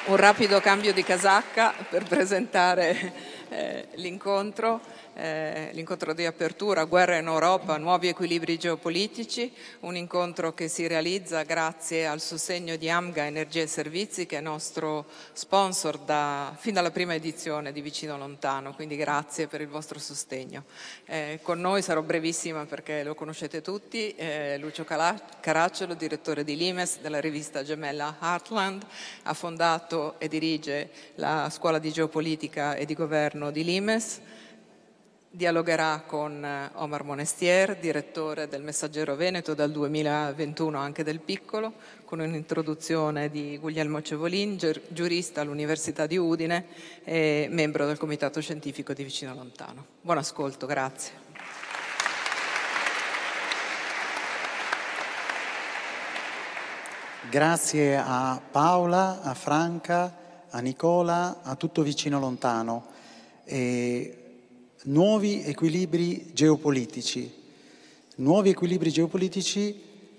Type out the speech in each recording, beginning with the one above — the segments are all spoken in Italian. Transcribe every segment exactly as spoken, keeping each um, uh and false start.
un rapido cambio di casacca per presentare eh, l'incontro. Eh, l'incontro di apertura, guerra in Europa, nuovi equilibri geopolitici, un incontro che si realizza grazie al sostegno di AMGA Energia e Servizi, che è nostro sponsor da, fin dalla prima edizione di Vicino Lontano, quindi grazie per il vostro sostegno. Eh, con noi sarò brevissima perché lo conoscete tutti, eh, Lucio Caracciolo, direttore di Limes, della rivista gemella Heartland, ha fondato e dirige la scuola di geopolitica e di governo di Limes. Dialogherà con Omar Monestier, direttore del Messaggero Veneto dal duemilaventuno, anche del Piccolo, con un'introduzione di Guglielmo Cevolin, giurista all'Università di Udine e membro del Comitato Scientifico di Vicino Lontano. Buon ascolto, grazie. Grazie a Paola, a Franca, a Nicola, a tutto Vicino Lontano. E nuovi equilibri geopolitici. Nuovi equilibri geopolitici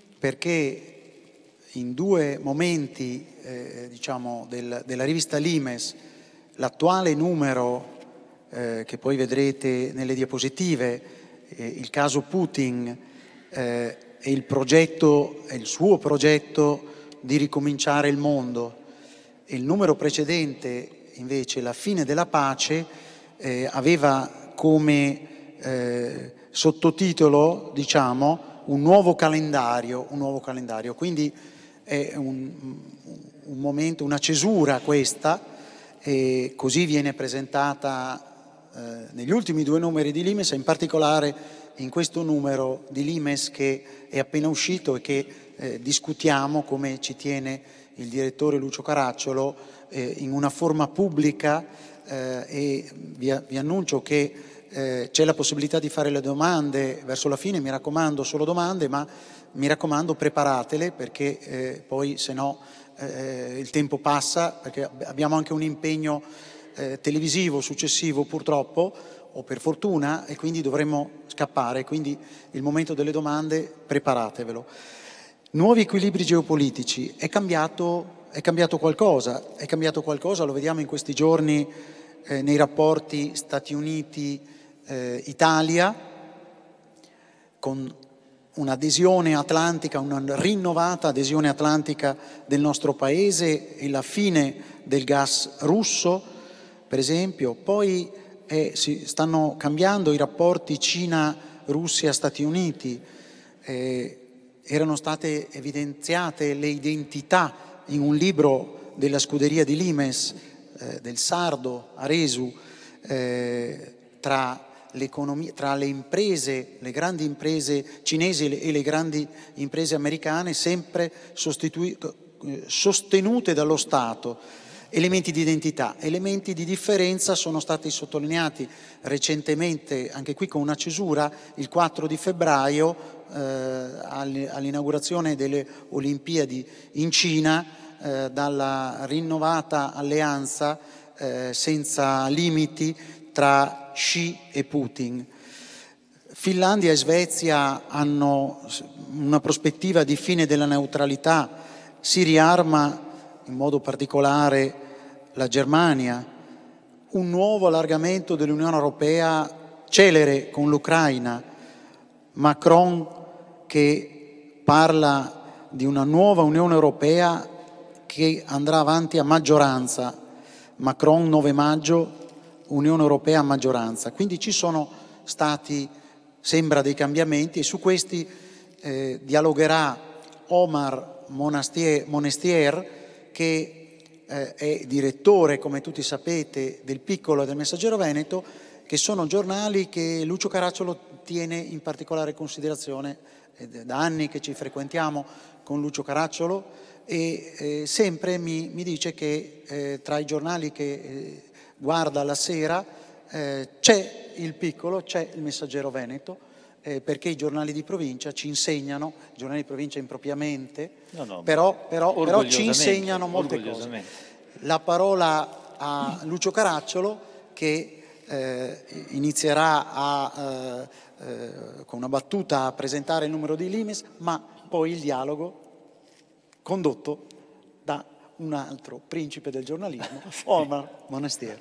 perché in due momenti eh, diciamo del, della rivista Limes, l'attuale numero eh, che poi vedrete nelle diapositive, eh, il caso Putin eh, e il progetto, e il suo progetto di ricominciare il mondo. E il numero precedente, invece, la fine della pace, eh, aveva come eh, sottotitolo, diciamo, un nuovo calendario, un nuovo calendario. Quindi è un, un momento, una cesura questa, e così viene presentata eh, negli ultimi due numeri di Limes, in particolare in questo numero di Limes che è appena uscito e che eh, discutiamo, come ci tiene il direttore Lucio Caracciolo, eh, in una forma pubblica. Eh, e vi, vi annuncio che eh, c'è la possibilità di fare le domande verso la fine. Mi raccomando, solo domande, ma mi raccomando preparatele, perché eh, poi se no eh, il tempo passa, perché abbiamo anche un impegno eh, televisivo successivo purtroppo, o per fortuna, e quindi dovremmo scappare. Quindi il momento delle domande preparatevelo. Nuovi equilibri geopolitici. È cambiato, è cambiato qualcosa, è cambiato qualcosa, lo vediamo in questi giorni eh, nei rapporti Stati Uniti-Italia, eh, con un'adesione atlantica, una rinnovata adesione atlantica del nostro Paese e la fine del gas russo, per esempio. Poi eh, si stanno cambiando i rapporti Cina-Russia-Stati Uniti. Eh, erano state evidenziate le identità in un libro della scuderia di Limes, eh, del sardo Aresu, eh, tra l'economia, tra le imprese, le grandi imprese cinesi e le grandi imprese americane, sempre sostenute dallo Stato. Elementi di identità, elementi di differenza sono stati sottolineati recentemente, anche qui con una cesura, il quattro di febbraio eh, all'inaugurazione delle Olimpiadi in Cina, eh, dalla rinnovata alleanza eh, senza limiti tra Xi e Putin. Finlandia e Svezia hanno una prospettiva di fine della neutralità, si riarma in modo particolare la Germania, un nuovo allargamento dell'Unione Europea celere con l'Ucraina, Macron che parla di una nuova Unione Europea che andrà avanti a maggioranza, Macron nove maggio, Unione Europea a maggioranza. Quindi ci sono stati, sembra, dei cambiamenti, e su questi eh, dialogherà Omar Monestier, Monestier che eh, è direttore, come tutti sapete, del Piccolo e del Messaggero Veneto, che sono giornali che Lucio Caracciolo tiene in particolare considerazione. È da anni che ci frequentiamo con Lucio Caracciolo e eh, sempre mi, mi dice che eh, tra i giornali che eh, guarda la sera eh, c'è il Piccolo, c'è il Messaggero Veneto, eh, perché i giornali di provincia ci insegnano, i giornali di provincia impropriamente, no, no, però, però, però ci insegnano molte cose. La parola a Lucio Caracciolo che eh, inizierà a, eh, eh, con una battuta a presentare il numero di Limes, ma poi il dialogo condotto da un altro principe del giornalismo, Omar Monastir.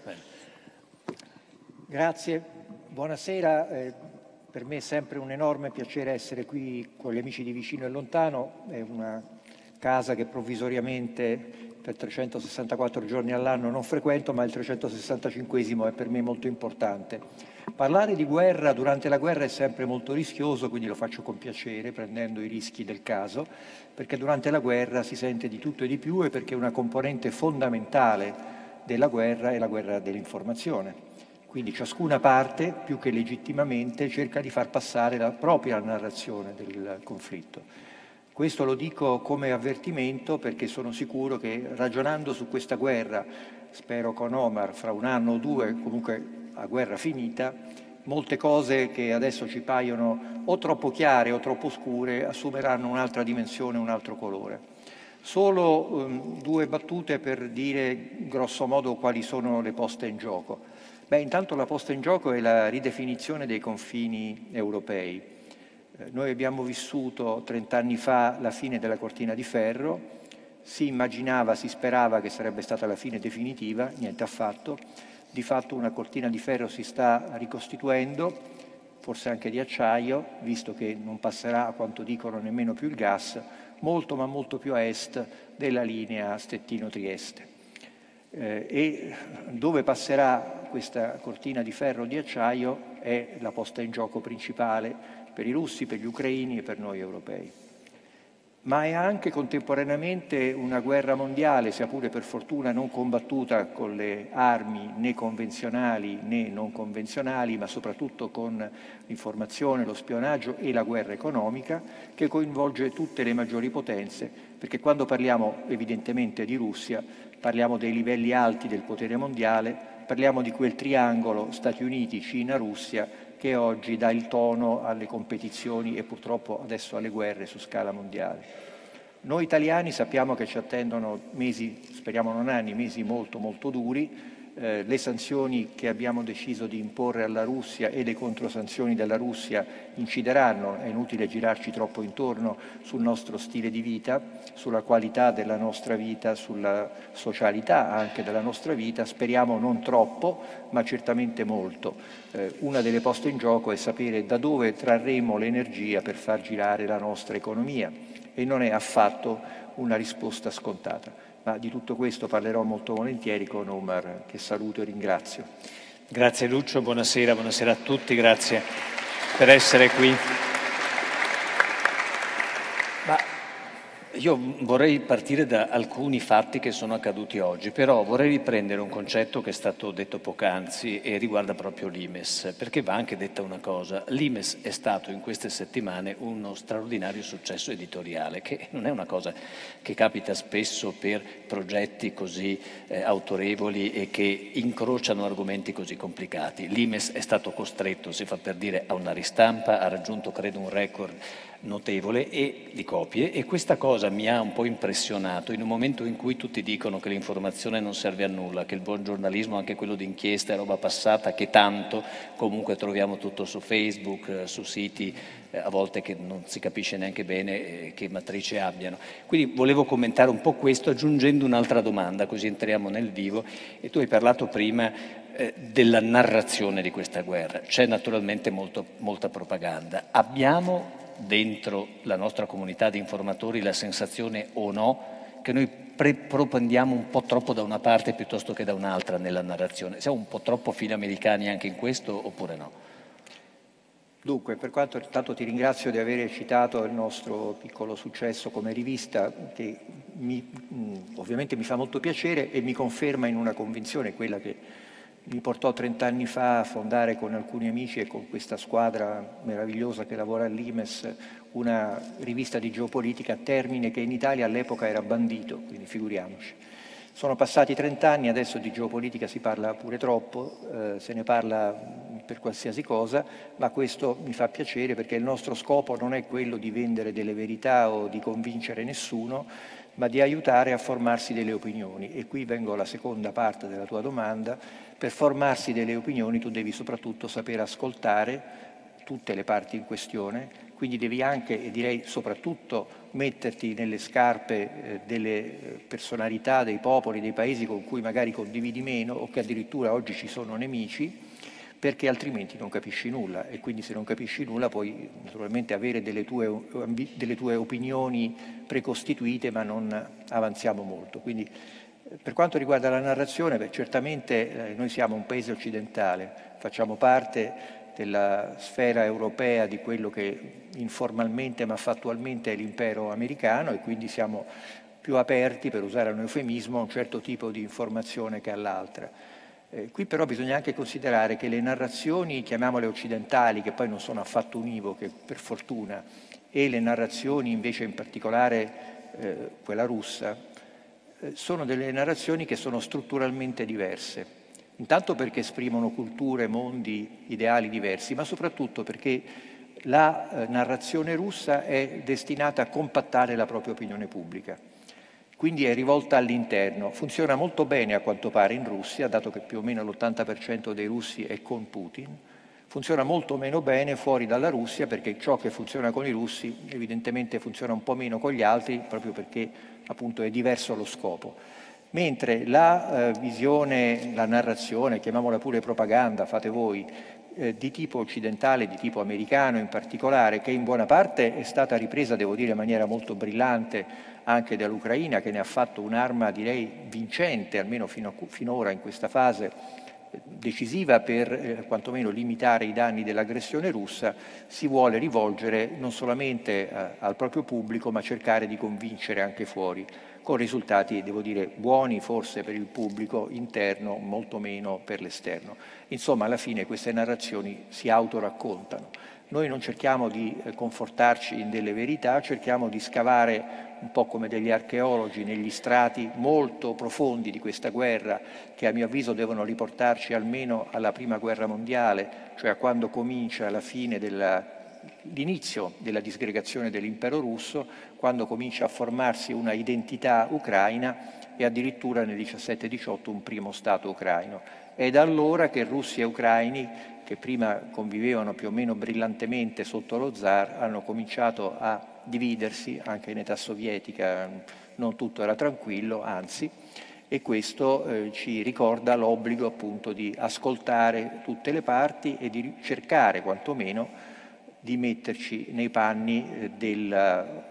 Grazie, buonasera. Eh, per me è sempre un enorme piacere essere qui con gli amici di vicino e lontano. È una casa che provvisoriamente per trecentosessantaquattro giorni all'anno non frequento, ma il trecentosessantacinquesimo è per me molto importante. Parlare di guerra durante la guerra è sempre molto rischioso, quindi lo faccio con piacere, prendendo i rischi del caso, perché durante la guerra si sente di tutto e di più e perché una componente fondamentale della guerra è la guerra dell'informazione. Quindi ciascuna parte, più che legittimamente, cerca di far passare la propria narrazione del conflitto. Questo lo dico come avvertimento perché sono sicuro che ragionando su questa guerra, spero con Omar, fra un anno o due, comunque a guerra finita, molte cose che adesso ci paiono o troppo chiare o troppo scure assumeranno un'altra dimensione, un altro colore. Solo um, due battute per dire grosso modo quali sono le poste in gioco. Beh, intanto la posta in gioco è la ridefinizione dei confini europei. Eh, noi abbiamo vissuto trent'anni fa la fine della cortina di ferro, si immaginava, si sperava che sarebbe stata la fine definitiva, niente affatto. Di fatto una cortina di ferro si sta ricostituendo, forse anche di acciaio, visto che non passerà, a quanto dicono, nemmeno più il gas, molto ma molto più a est della linea Stettino-Trieste. Eh, e dove passerà questa cortina di ferro di acciaio è la posta in gioco principale per i russi, per gli ucraini e per noi europei. Ma è anche contemporaneamente una guerra mondiale, sia pure per fortuna non combattuta con le armi né convenzionali né non convenzionali, ma soprattutto con l'informazione, lo spionaggio e la guerra economica, che coinvolge tutte le maggiori potenze, perché quando parliamo evidentemente di Russia, parliamo dei livelli alti del potere mondiale, parliamo di quel triangolo Stati Uniti, Cina, Russia, che oggi dà il tono alle competizioni e purtroppo adesso alle guerre su scala mondiale. Noi italiani sappiamo che ci attendono mesi, speriamo non anni, mesi molto molto duri. Eh, le sanzioni che abbiamo deciso di imporre alla Russia e le controsanzioni della Russia incideranno, è inutile girarci troppo intorno, sul nostro stile di vita, sulla qualità della nostra vita, sulla socialità anche della nostra vita, speriamo non troppo, ma certamente molto. Eh, una delle poste in gioco è sapere da dove trarremo l'energia per far girare la nostra economia e non è affatto una risposta scontata. Ma di tutto questo parlerò molto volentieri con Omar, che saluto e ringrazio. Grazie Lucio, buonasera, buonasera a tutti, grazie per essere qui. Ma io vorrei partire da alcuni fatti che sono accaduti oggi, però vorrei riprendere un concetto che è stato detto poc'anzi e riguarda proprio l'I M E S, perché va anche detta una cosa. L'I M E S è stato in queste settimane uno straordinario successo editoriale, che non è una cosa che capita spesso per progetti così eh, autorevoli e che incrociano argomenti così complicati. L'I M E S è stato costretto, si fa per dire, a una ristampa, ha raggiunto credo un record notevole e di copie, e questa cosa mi ha un po' impressionato in un momento in cui tutti dicono che l'informazione non serve a nulla, che il buon giornalismo, anche quello d'inchiesta, è roba passata, che tanto comunque troviamo tutto su Facebook, su siti eh, a volte che non si capisce neanche bene eh, che matrice abbiano. Quindi volevo commentare un po' questo aggiungendo un'altra domanda, così entriamo nel vivo. E tu hai parlato prima eh, della narrazione di questa guerra. C'è naturalmente molto, molta propaganda. Abbiamo dentro la nostra comunità di informatori la sensazione o no che noi pre- propendiamo un po' troppo da una parte piuttosto che da un'altra nella narrazione? Siamo un po' troppo filamericani anche in questo oppure no? Dunque, per quanto intanto ti ringrazio di aver citato il nostro piccolo successo come rivista, che mi, mh, ovviamente mi fa molto piacere e mi conferma in una convinzione, quella che mi portò trent'anni fa a fondare con alcuni amici e con questa squadra meravigliosa che lavora all'I M E S una rivista di geopolitica, termine che in Italia all'epoca era bandito, quindi figuriamoci. Sono passati trent'anni, adesso di geopolitica si parla pure troppo, eh, se ne parla per qualsiasi cosa, ma questo mi fa piacere perché il nostro scopo non è quello di vendere delle verità o di convincere nessuno, ma di aiutare a formarsi delle opinioni. E qui vengo alla seconda parte della tua domanda. Per formarsi delle opinioni tu devi soprattutto saper ascoltare, tutte le parti in questione, quindi devi anche, e direi soprattutto, metterti nelle scarpe eh, delle personalità, dei popoli, dei paesi con cui magari condividi meno o che addirittura oggi ci sono nemici, perché altrimenti non capisci nulla, e quindi se non capisci nulla puoi naturalmente avere delle tue, delle tue opinioni precostituite, ma non avanziamo molto. Quindi per quanto riguarda la narrazione, beh, certamente eh, noi siamo un paese occidentale, facciamo parte della sfera europea di quello che informalmente ma fattualmente è l'impero americano, e quindi siamo più aperti, per usare un eufemismo, a un certo tipo di informazione che all'altra. Eh, qui però bisogna anche considerare che le narrazioni, chiamiamole occidentali, che poi non sono affatto univoche per fortuna, e le narrazioni invece in particolare eh, quella russa, eh, sono delle narrazioni che sono strutturalmente diverse. Intanto perché esprimono culture, mondi, ideali diversi, ma soprattutto perché la eh, narrazione russa è destinata a compattare la propria opinione pubblica. Quindi è rivolta all'interno. Funziona molto bene a quanto pare in Russia, dato che più o meno l'ottanta per cento dei russi è con Putin. Funziona molto meno bene fuori dalla Russia, perché ciò che funziona con i russi evidentemente funziona un po' meno con gli altri, proprio perché appunto è diverso lo scopo. Mentre la eh, visione, la narrazione, chiamiamola pure propaganda, fate voi, eh, di tipo occidentale, di tipo americano in particolare, che in buona parte è stata ripresa, devo dire, in maniera molto brillante anche dall'Ucraina, che ne ha fatto un'arma, direi, vincente, almeno fino a, finora in questa fase, decisiva per eh, quantomeno limitare i danni dell'aggressione russa, si vuole rivolgere non solamente eh, al proprio pubblico, ma cercare di convincere anche fuori, con risultati, devo dire, buoni forse per il pubblico interno, molto meno per l'esterno. Insomma, alla fine queste narrazioni si autoraccontano. Noi non cerchiamo di eh, confortarci in delle verità, cerchiamo di scavare un po' come degli archeologi negli strati molto profondi di questa guerra, che a mio avviso devono riportarci almeno alla prima guerra mondiale, cioè a quando comincia la fine della l'inizio della disgregazione dell'impero russo, quando comincia a formarsi una identità ucraina e addirittura nel diciassette diciotto un primo Stato ucraino. È da allora che russi e ucraini, che prima convivevano più o meno brillantemente sotto lo zar, hanno cominciato a dividersi, anche in età sovietica non tutto era tranquillo, anzi, e questo eh, ci ricorda l'obbligo appunto di ascoltare tutte le parti e di cercare quantomeno di metterci nei panni della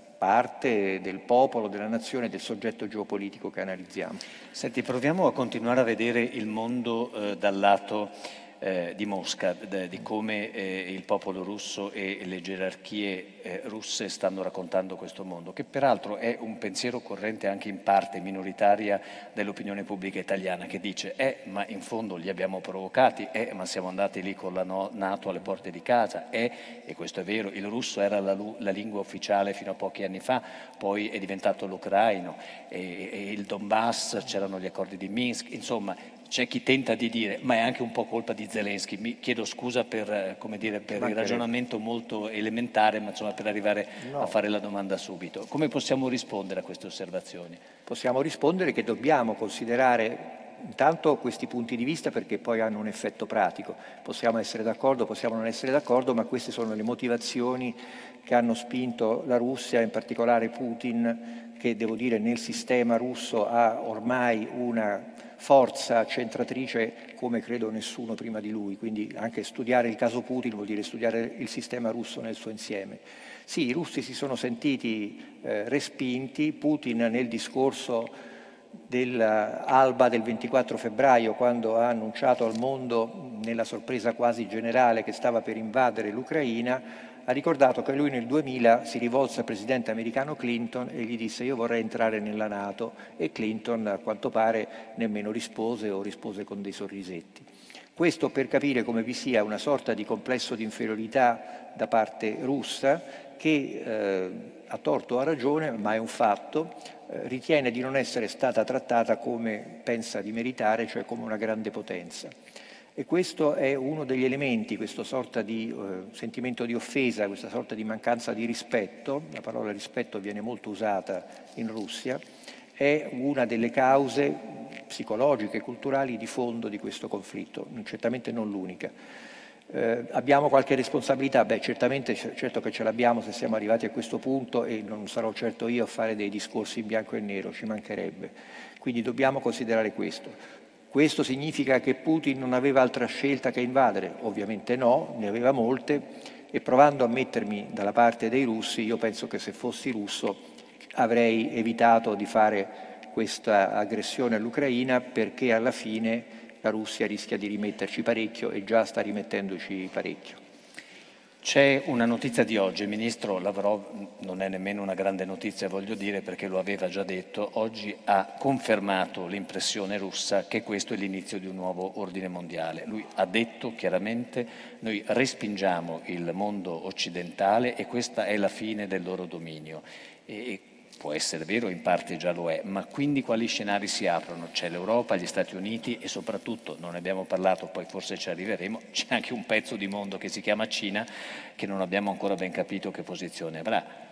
parte del popolo, della nazione, del soggetto geopolitico che analizziamo. Senti, proviamo a continuare a vedere il mondo eh, dal lato eh, di Mosca, de, di come eh, il popolo russo e le gerarchie eh, russe stanno raccontando questo mondo, che peraltro è un pensiero corrente anche in parte minoritaria dell'opinione pubblica italiana, che dice eh ma in fondo li abbiamo provocati, eh ma siamo andati lì con la no, NATO alle porte di casa, eh, e questo è vero, il russo era la, la lingua ufficiale fino a pochi anni fa, poi è diventato l'ucraino, e, e il Donbass, c'erano gli accordi di Minsk, insomma c'è chi tenta di dire ma è anche un po' colpa di Zelensky. Mi chiedo scusa per, come dire, per il ragionamento molto elementare, ma insomma per arrivare no. a fare la domanda subito. Come possiamo rispondere a queste osservazioni? Possiamo rispondere che dobbiamo considerare intanto questi punti di vista, perché poi hanno un effetto pratico. Possiamo essere d'accordo, possiamo non essere d'accordo, ma queste sono le motivazioni che hanno spinto la Russia, in particolare Putin, che devo dire nel sistema russo ha ormai una forza centratrice come credo nessuno prima di lui, quindi anche studiare il caso Putin vuol dire studiare il sistema russo nel suo insieme. Sì, i russi si sono sentiti eh, respinti. Putin nel discorso dell'alba del ventiquattro febbraio, quando ha annunciato al mondo, nella sorpresa quasi generale, che stava per invadere l'Ucraina, ha ricordato che lui nel duemila si rivolse al presidente americano Clinton e gli disse io vorrei entrare nella NATO, e Clinton a quanto pare nemmeno rispose o rispose con dei sorrisetti. Questo per capire come vi sia una sorta di complesso di inferiorità da parte russa che eh, a torto o a ragione, ma è un fatto, eh, ritiene di non essere stata trattata come pensa di meritare, cioè come una grande potenza. E questo è uno degli elementi, questa sorta di eh, sentimento di offesa, questa sorta di mancanza di rispetto, la parola rispetto viene molto usata in Russia, è una delle cause psicologiche e culturali di fondo di questo conflitto, certamente non l'unica. Eh, abbiamo qualche responsabilità? Beh, certamente, certo che ce l'abbiamo se siamo arrivati a questo punto, e non sarò certo io a fare dei discorsi in bianco e nero, ci mancherebbe. Quindi dobbiamo considerare questo. Questo significa che Putin non aveva altra scelta che invadere? Ovviamente no, ne aveva molte, e provando a mettermi dalla parte dei russi, io penso che se fossi russo avrei evitato di fare questa aggressione all'Ucraina, perché alla fine la Russia rischia di rimetterci parecchio e già sta rimettendoci parecchio. C'è una notizia di oggi, il ministro Lavrov, non è nemmeno una grande notizia voglio dire perché lo aveva già detto, oggi ha confermato l'impressione russa che questo è l'inizio di un nuovo ordine mondiale. Lui ha detto chiaramente: noi respingiamo il mondo occidentale e questa è la fine del loro dominio. E può essere vero, in parte già lo è, ma quindi quali scenari si aprono? C'è l'Europa, gli Stati Uniti e soprattutto, non ne abbiamo parlato, poi forse ci arriveremo, c'è anche un pezzo di mondo che si chiama Cina, che non abbiamo ancora ben capito che posizione avrà.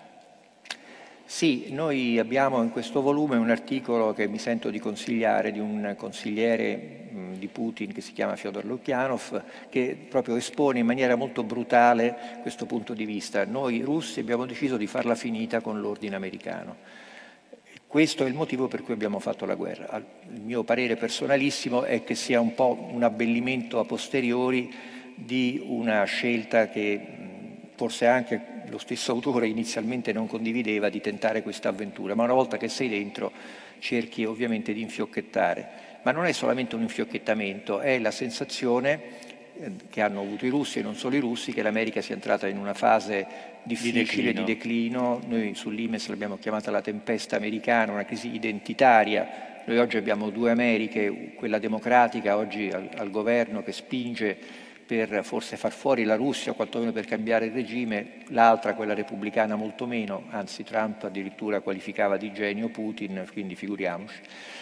Sì, noi abbiamo in questo volume un articolo che mi sento di consigliare di un consigliere mh, di Putin che si chiama Fyodor Lukyanov, che proprio espone in maniera molto brutale questo punto di vista. Noi russi abbiamo deciso di farla finita con l'ordine americano. Questo è il motivo per cui abbiamo fatto la guerra. Il mio parere personalissimo è che sia un po' un abbellimento a posteriori di una scelta che forse anche lo stesso autore inizialmente non condivideva, di tentare questa avventura, ma una volta che sei dentro cerchi ovviamente di infiocchettare. Ma non è solamente un infiocchettamento, è la sensazione che hanno avuto i russi e non solo i russi, che l'America sia entrata in una fase difficile di declino. di declino. Noi sull'I M E S l'abbiamo chiamata la tempesta americana, una crisi identitaria. Noi oggi abbiamo due Americhe, quella democratica oggi al, al governo che spinge per forse far fuori la Russia o quantomeno per cambiare il regime, l'altra, quella repubblicana, molto meno, anzi Trump addirittura qualificava di genio Putin, quindi figuriamoci.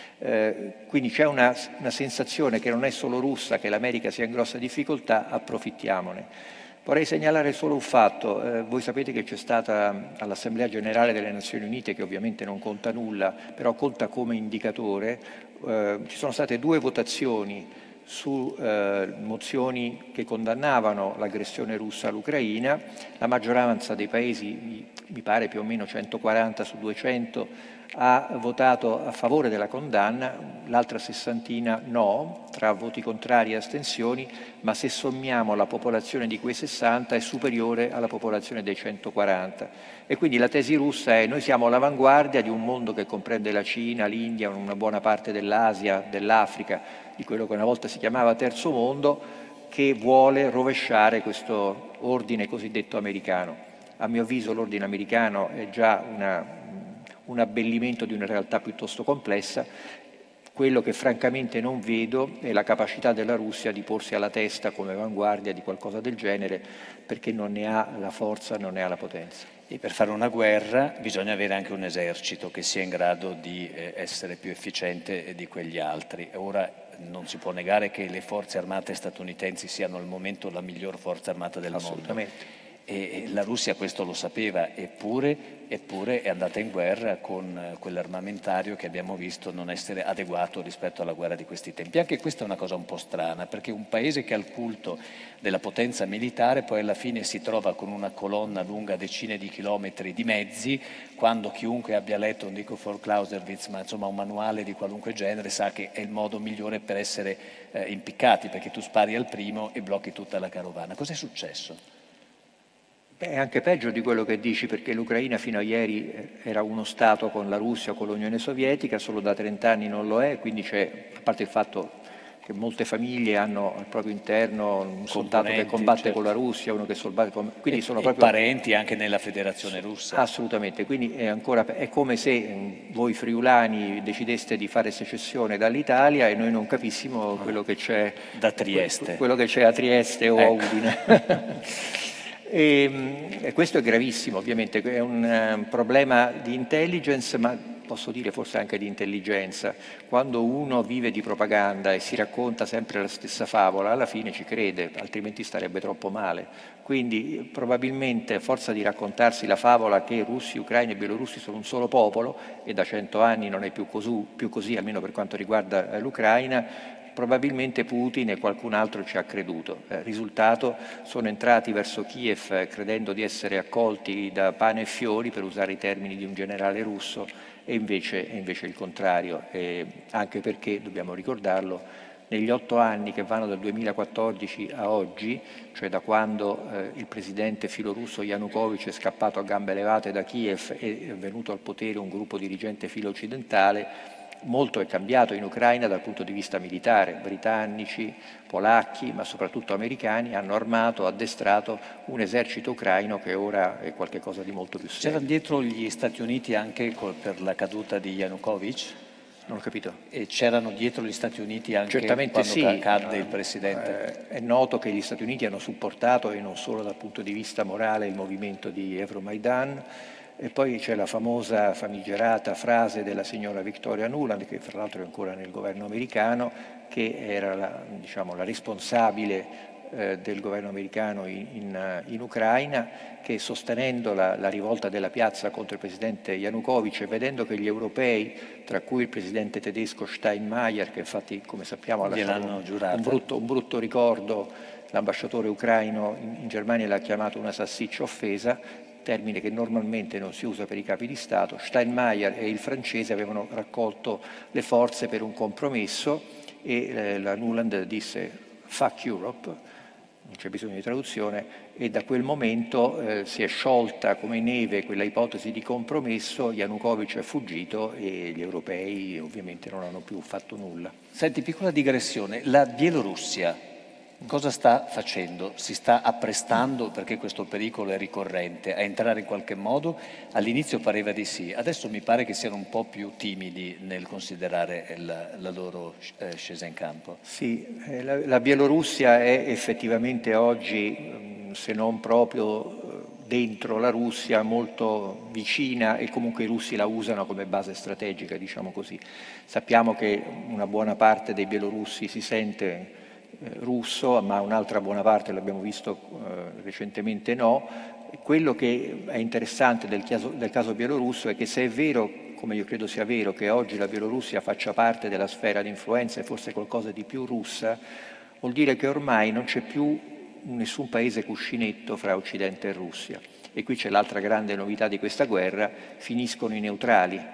Eh, quindi c'è una, una sensazione che non è solo russa, che l'America sia in grossa difficoltà, approfittiamone. Vorrei segnalare solo un fatto, eh, voi sapete che c'è stata all'Assemblea Generale delle Nazioni Unite, che ovviamente non conta nulla, però conta come indicatore, eh, ci sono state due votazioni su eh, mozioni che condannavano l'aggressione russa all'Ucraina. La maggioranza dei paesi, mi pare più o meno centoquaranta su duecento, ha votato a favore della condanna, l'altra sessantina no, tra voti contrari e astensioni, ma se sommiamo la popolazione di quei sessanta è superiore alla popolazione dei centoquaranta. E quindi la tesi russa è: noi siamo all'avanguardia di un mondo che comprende la Cina, l'India, una buona parte dell'Asia, dell'Africa, di quello che una volta si chiamava terzo mondo, che vuole rovesciare questo ordine cosiddetto americano. A mio avviso l'ordine americano è già una, un abbellimento di una realtà piuttosto complessa. Quello che francamente non vedo è la capacità della Russia di porsi alla testa come avanguardia di qualcosa del genere, perché non ne ha la forza, non ne ha la potenza. E per fare una guerra bisogna avere anche un esercito che sia in grado di eh, essere più efficiente di quegli altri. Ora non si può negare che le forze armate statunitensi siano al momento la miglior forza armata del mondo. E la Russia questo lo sapeva, eppure, eppure è andata in guerra con quell'armamentario che abbiamo visto non essere adeguato rispetto alla guerra di questi tempi. Anche questa è una cosa un po' strana, perché un paese che ha il culto della potenza militare poi alla fine si trova con una colonna lunga decine di chilometri di mezzi, quando chiunque abbia letto, non dico for Clausewitz, ma insomma un manuale di qualunque genere, sa che è il modo migliore per essere eh, impiccati, perché tu spari al primo e blocchi tutta la carovana. Cos'è successo? Beh, è anche peggio di quello che dici, perché l'Ucraina fino a ieri era uno Stato con la Russia o con l'Unione Sovietica, solo da trent'anni non lo è, quindi c'è, a parte il fatto che molte famiglie hanno al proprio interno un soldato che combatte certo. con la Russia, uno che combatte con... Quindi e, sono e proprio parenti anche nella Federazione Russa. Assolutamente, quindi è, ancora, è come se voi friulani decideste di fare secessione dall'Italia e noi non capissimo quello che c'è da Trieste. Quello che c'è a Trieste o ecco. a Udine. E, e questo è gravissimo, ovviamente, è un um, problema di intelligence, ma posso dire forse anche di intelligenza. Quando uno vive di propaganda e si racconta sempre la stessa favola, alla fine ci crede, altrimenti starebbe troppo male. Quindi probabilmente a forza di raccontarsi la favola che russi, ucraini e bielorussi sono un solo popolo, e da cento anni non è più così, più così almeno per quanto riguarda l'Ucraina, probabilmente Putin e qualcun altro ci ha creduto. Eh, risultato, sono entrati verso Kiev eh, credendo di essere accolti da pane e fiori, per usare i termini di un generale russo, e invece, è invece il contrario, eh, anche perché, dobbiamo ricordarlo, negli otto anni che vanno dal duemilaquattordici a oggi, cioè da quando eh, il presidente filorusso Yanukovych è scappato a gambe levate da Kiev e è venuto al potere un gruppo dirigente filo-occidentale, molto è cambiato in Ucraina dal punto di vista militare. Britannici, polacchi, ma soprattutto americani hanno armato, addestrato un esercito ucraino che ora è qualcosa di molto più serio. C'erano dietro gli Stati Uniti anche per la caduta di Yanukovych? Non ho capito. E c'erano dietro gli Stati Uniti anche Certamente quando sì. cadde il presidente? Eh, è noto che gli Stati Uniti hanno supportato, e non solo dal punto di vista morale, il movimento di Euromaidan. E poi c'è la famosa, famigerata frase della signora Victoria Nuland, che fra l'altro è ancora nel governo americano, che era la, diciamo, la responsabile eh, del governo americano in, in, in Ucraina, che sostenendo la, la rivolta della piazza contro il presidente Yanukovych e vedendo che gli europei, tra cui il presidente tedesco Steinmeier, che infatti come sappiamo ha lasciato un, un, brutto, un brutto ricordo, l'ambasciatore ucraino in, in Germania l'ha chiamato una salsiccia offesa, termine che normalmente non si usa per i capi di Stato. Steinmeier e il francese avevano raccolto le forze per un compromesso e eh, la Nuland disse "fuck Europe", non c'è bisogno di traduzione, e da quel momento eh, si è sciolta come neve quella ipotesi di compromesso, Yanukovych è fuggito e gli europei ovviamente non hanno più fatto nulla. Senti, piccola digressione, la Bielorussia cosa sta facendo? Si sta apprestando, perché questo pericolo è ricorrente, a entrare in qualche modo? All'inizio pareva di sì, adesso mi pare che siano un po' più timidi nel considerare la, la loro eh, scesa in campo. Sì, eh, la, la Bielorussia è effettivamente oggi, se non proprio dentro la Russia, molto vicina, e comunque i russi la usano come base strategica, diciamo così. Sappiamo che una buona parte dei bielorussi si sente russo, ma un'altra buona parte, l'abbiamo visto eh, recentemente, no. Quello che è interessante del caso, del caso bielorusso è che, se è vero, come io credo sia vero, che oggi la Bielorussia faccia parte della sfera di influenza e forse qualcosa di più russa, vuol dire che ormai non c'è più nessun paese cuscinetto fra Occidente e Russia. E qui c'è l'altra grande novità di questa guerra: finiscono i neutrali.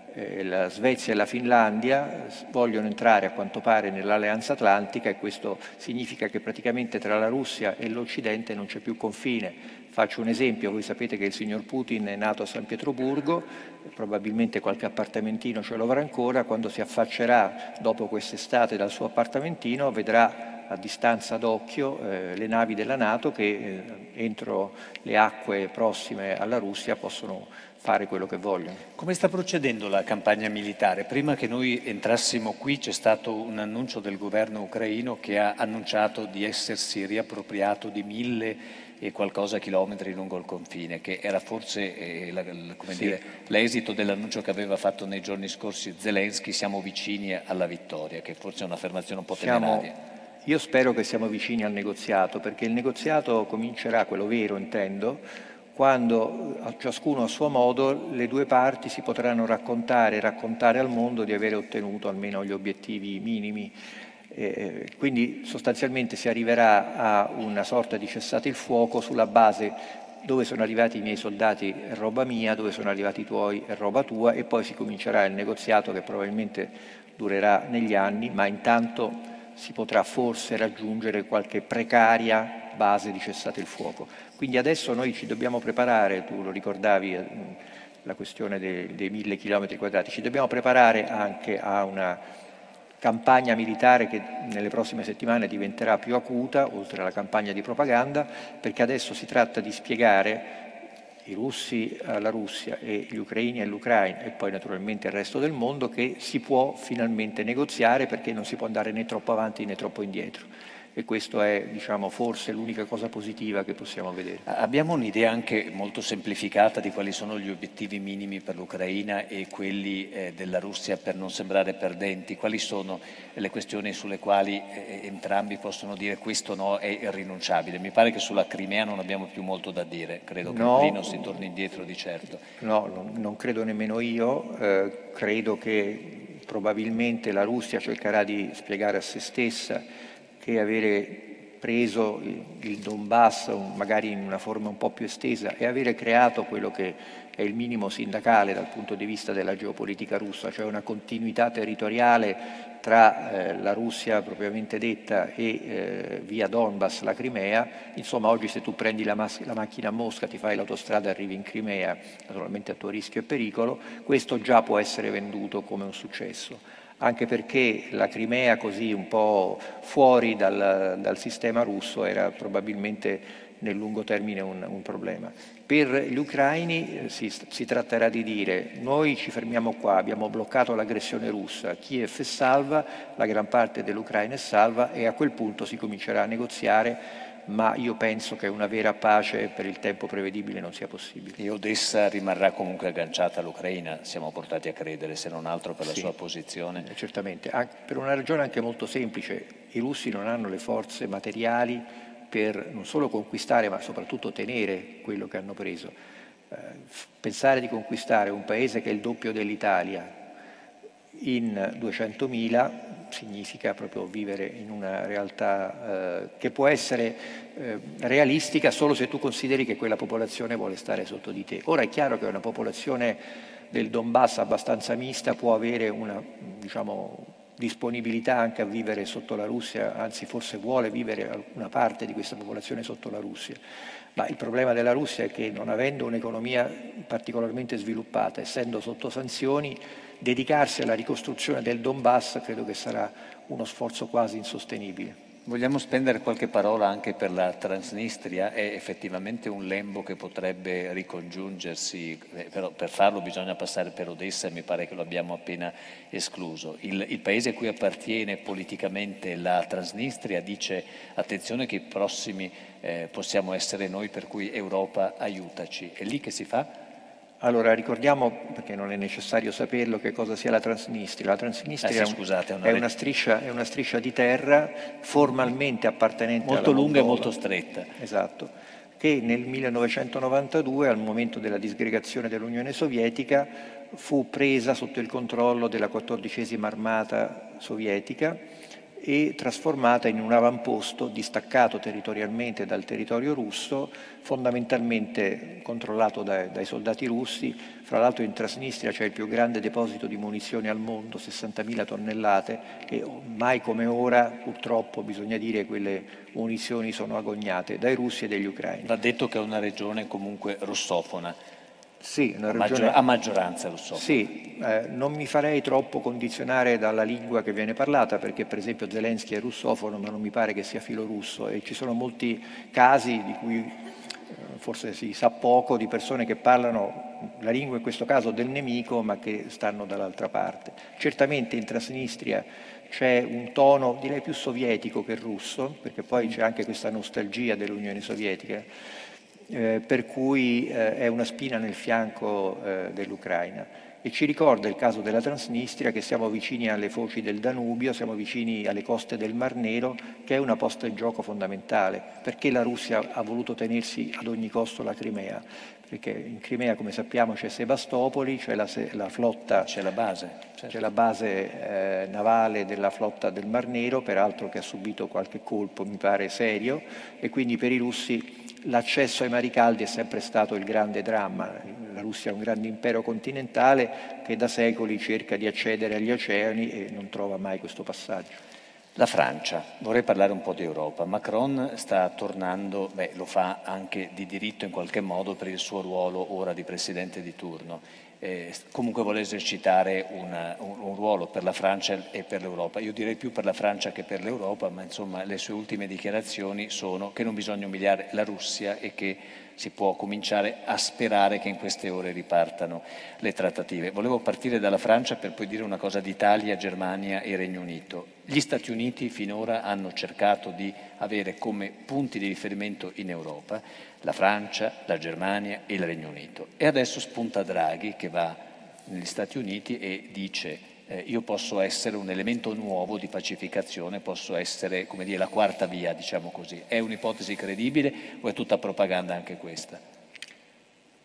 La Svezia e la Finlandia vogliono entrare a quanto pare nell'Alleanza Atlantica, e questo significa che praticamente tra la Russia e l'Occidente non c'è più confine. Faccio un esempio: voi sapete che il signor Putin è nato a San Pietroburgo, probabilmente qualche appartamentino ce lo avrà ancora. Quando si affaccerà dopo quest'estate dal suo appartamentino, vedrà a distanza d'occhio eh, le navi della NATO che eh, entro le acque prossime alla Russia possono fare quello che vogliono. Come sta procedendo la campagna militare? Prima che noi entrassimo qui c'è stato un annuncio del governo ucraino che ha annunciato di essersi riappropriato di mille e qualcosa chilometri lungo il confine, che era forse eh, la, la, come sì. dire, l'esito dell'annuncio che aveva fatto nei giorni scorsi Zelensky: siamo vicini alla vittoria, che forse è un'affermazione un po' temeraria. Siamo... Io spero che siamo vicini al negoziato, perché il negoziato comincerà, quello vero intendo, quando ciascuno a suo modo le due parti si potranno raccontare, raccontare al mondo di aver ottenuto almeno gli obiettivi minimi. Eh, quindi sostanzialmente si arriverà a una sorta di cessate il fuoco sulla base: dove sono arrivati i miei soldati è roba mia, dove sono arrivati i tuoi è roba tua, e poi si comincerà il negoziato, che probabilmente durerà negli anni, ma intanto si potrà forse raggiungere qualche precaria base di cessate il fuoco. Quindi adesso noi ci dobbiamo preparare, tu lo ricordavi, la questione dei, dei mille chilometri quadrati, ci dobbiamo preparare anche a una campagna militare che nelle prossime settimane diventerà più acuta, oltre alla campagna di propaganda, perché adesso si tratta di spiegare i russi alla Russia e gli ucraini all'Ucraina, e poi naturalmente il resto del mondo, che si può finalmente negoziare, perché non si può andare né troppo avanti né troppo indietro. E questo è, diciamo, forse l'unica cosa positiva che possiamo vedere. Abbiamo un'idea anche molto semplificata di quali sono gli obiettivi minimi per l'Ucraina e quelli eh, della Russia, per non sembrare perdenti? Quali sono le questioni sulle quali eh, entrambi possono dire questo no, è irrinunciabile? Mi pare che sulla Crimea non abbiamo più molto da dire, credo no, che lì non si torni indietro di certo. No, non, non credo nemmeno io, eh, credo che probabilmente la Russia cercherà di spiegare a se stessa che avere preso il Donbass, magari in una forma un po' più estesa, e avere creato quello che è il minimo sindacale dal punto di vista della geopolitica russa, cioè una continuità territoriale tra eh, la Russia propriamente detta e eh, via Donbass, la Crimea. Insomma, oggi se tu prendi la, mas- la macchina a Mosca, ti fai l'autostrada e arrivi in Crimea, naturalmente a tuo rischio e pericolo, questo già può essere venduto come un successo, anche perché la Crimea così un po' fuori dal, dal sistema russo era probabilmente nel lungo termine un, un problema. Per gli ucraini eh, si, si tratterà di dire: noi ci fermiamo qua, abbiamo bloccato l'aggressione russa, Kiev è salva, la gran parte dell'Ucraina è salva, e a quel punto si comincerà a negoziare, ma io penso che una vera pace per il tempo prevedibile non sia possibile. E Odessa rimarrà comunque agganciata all'Ucraina, siamo portati a credere, se non altro per la sì, sua posizione. Certamente, anche per una ragione anche molto semplice: i russi non hanno le forze materiali per non solo conquistare ma soprattutto tenere quello che hanno preso. Eh, pensare di conquistare un paese che è il doppio dell'Italia in duecentomila significa proprio vivere in una realtà eh, che può essere eh, realistica solo se tu consideri che quella popolazione vuole stare sotto di te. Ora è chiaro che una popolazione del Donbass abbastanza mista può avere una, diciamo, disponibilità anche a vivere sotto la Russia, anzi forse vuole vivere una parte di questa popolazione sotto la Russia. Ma il problema della Russia è che, non avendo un'economia particolarmente sviluppata, essendo sotto sanzioni, dedicarsi alla ricostruzione del Donbass credo che sarà uno sforzo quasi insostenibile. Vogliamo spendere qualche parola anche per la Transnistria? È effettivamente un lembo che potrebbe ricongiungersi, però per farlo bisogna passare per Odessa e mi pare che lo abbiamo appena escluso. Il, il paese a cui appartiene politicamente la Transnistria dice: attenzione che i prossimi eh, possiamo essere noi, per cui Europa aiutaci. È lì che si fa? Allora, ricordiamo, perché non è necessario saperlo, che cosa sia la Transnistria. La Transnistria eh sì, scusate, è, una è, una striscia, è una striscia di terra formalmente appartenente molto alla lunga Moldova. e molto stretta. Esatto, che nel millenovecentonovantadue, al momento della disgregazione dell'Unione Sovietica, fu presa sotto il controllo della quattordicesima armata sovietica e trasformata in un avamposto distaccato territorialmente dal territorio russo, fondamentalmente controllato dai, dai soldati russi. Fra l'altro in Transnistria c'è il più grande deposito di munizioni al mondo, sessantamila tonnellate, e mai come ora, purtroppo bisogna dire, quelle munizioni sono agognate dai russi e dagli ucraini. Va detto che è una regione comunque russofona. Sì, una a, regione... maggior- a maggioranza russofona. Sì, eh, non mi farei troppo condizionare dalla lingua che viene parlata, perché per esempio Zelensky è russofono, ma non mi pare che sia filorusso, e ci sono molti casi di cui eh, forse si sa poco, di persone che parlano la lingua, in questo caso del nemico, ma che stanno dall'altra parte. Certamente in Transnistria c'è un tono, direi, più sovietico che russo, perché poi c'è anche questa nostalgia dell'Unione Sovietica. Eh, per cui eh, è una spina nel fianco eh, dell'Ucraina, e ci ricorda il caso della Transnistria che siamo vicini alle foci del Danubio, siamo vicini alle coste del Mar Nero, che è una posta in gioco fondamentale. Perché la Russia ha voluto tenersi ad ogni costo la Crimea? Perché in Crimea, come sappiamo, c'è Sebastopoli, c'è la, la flotta, c'è la base, certo. c'è la base eh, navale della flotta del Mar Nero, peraltro che ha subito qualche colpo, mi pare, serio, e quindi per i russi l'accesso ai mari caldi è sempre stato il grande dramma. La Russia è un grande impero continentale che da secoli cerca di accedere agli oceani e non trova mai questo passaggio. La Francia, vorrei parlare un po' di Europa. Macron sta tornando, beh, lo fa anche di diritto in qualche modo per il suo ruolo ora di presidente di turno. Eh, comunque vuole esercitare una, un, un ruolo per la Francia e per l'Europa. Io direi più per la Francia che per l'Europa, ma insomma le sue ultime dichiarazioni sono che non bisogna umiliare la Russia e che si può cominciare a sperare che in queste ore ripartano le trattative. Volevo partire dalla Francia per poi dire una cosa di Italia, Germania e Regno Unito. Gli Stati Uniti finora hanno cercato di avere come punti di riferimento in Europa la Francia, la Germania e il Regno Unito. E adesso spunta Draghi che va negli Stati Uniti e dice eh, io posso essere un elemento nuovo di pacificazione, posso essere, come dire, la quarta via, diciamo così. È un'ipotesi credibile o è tutta propaganda anche questa?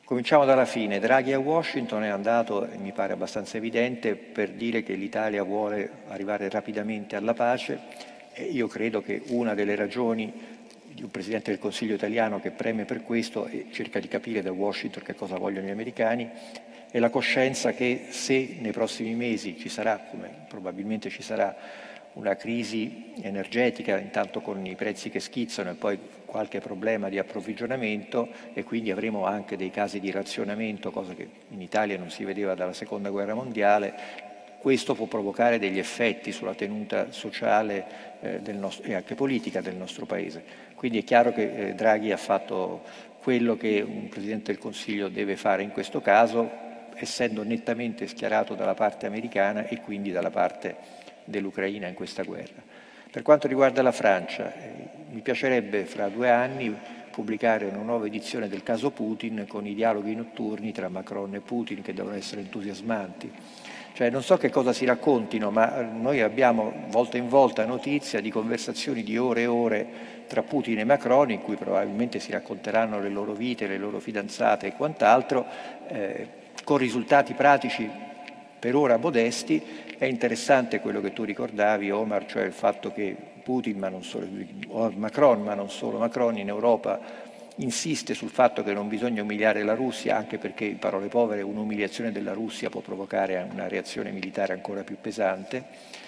Cominciamo dalla fine. Draghi a Washington è andato, e mi pare abbastanza evidente, per dire che l'Italia vuole arrivare rapidamente alla pace, e io credo che una delle ragioni di un Presidente del Consiglio italiano che preme per questo e cerca di capire da Washington che cosa vogliono gli americani è la coscienza che se nei prossimi mesi ci sarà, come probabilmente ci sarà, una crisi energetica, intanto con i prezzi che schizzano e poi qualche problema di approvvigionamento, e quindi avremo anche dei casi di razionamento, cosa che in Italia non si vedeva dalla Seconda Guerra Mondiale, questo può provocare degli effetti sulla tenuta sociale eh, del nostro, e anche politica del nostro Paese. Quindi è chiaro che eh, Draghi ha fatto quello che un Presidente del Consiglio deve fare in questo caso, essendo nettamente schierato dalla parte americana e quindi dalla parte dell'Ucraina in questa guerra. Per quanto riguarda la Francia, eh, mi piacerebbe fra due anni pubblicare una nuova edizione del caso Putin con i dialoghi notturni tra Macron e Putin che devono essere entusiasmanti. Cioè, non so che cosa si raccontino, ma noi abbiamo volta in volta notizia di conversazioni di ore e ore tra Putin e Macron in cui probabilmente si racconteranno le loro vite, le loro fidanzate e quant'altro, eh, con risultati pratici per ora modesti. È interessante quello che tu ricordavi, Omar, cioè il fatto che Putin, ma non solo, Macron, ma non solo Macron, in Europa insiste sul fatto che non bisogna umiliare la Russia, anche perché, in parole povere, un'umiliazione della Russia può provocare una reazione militare ancora più pesante.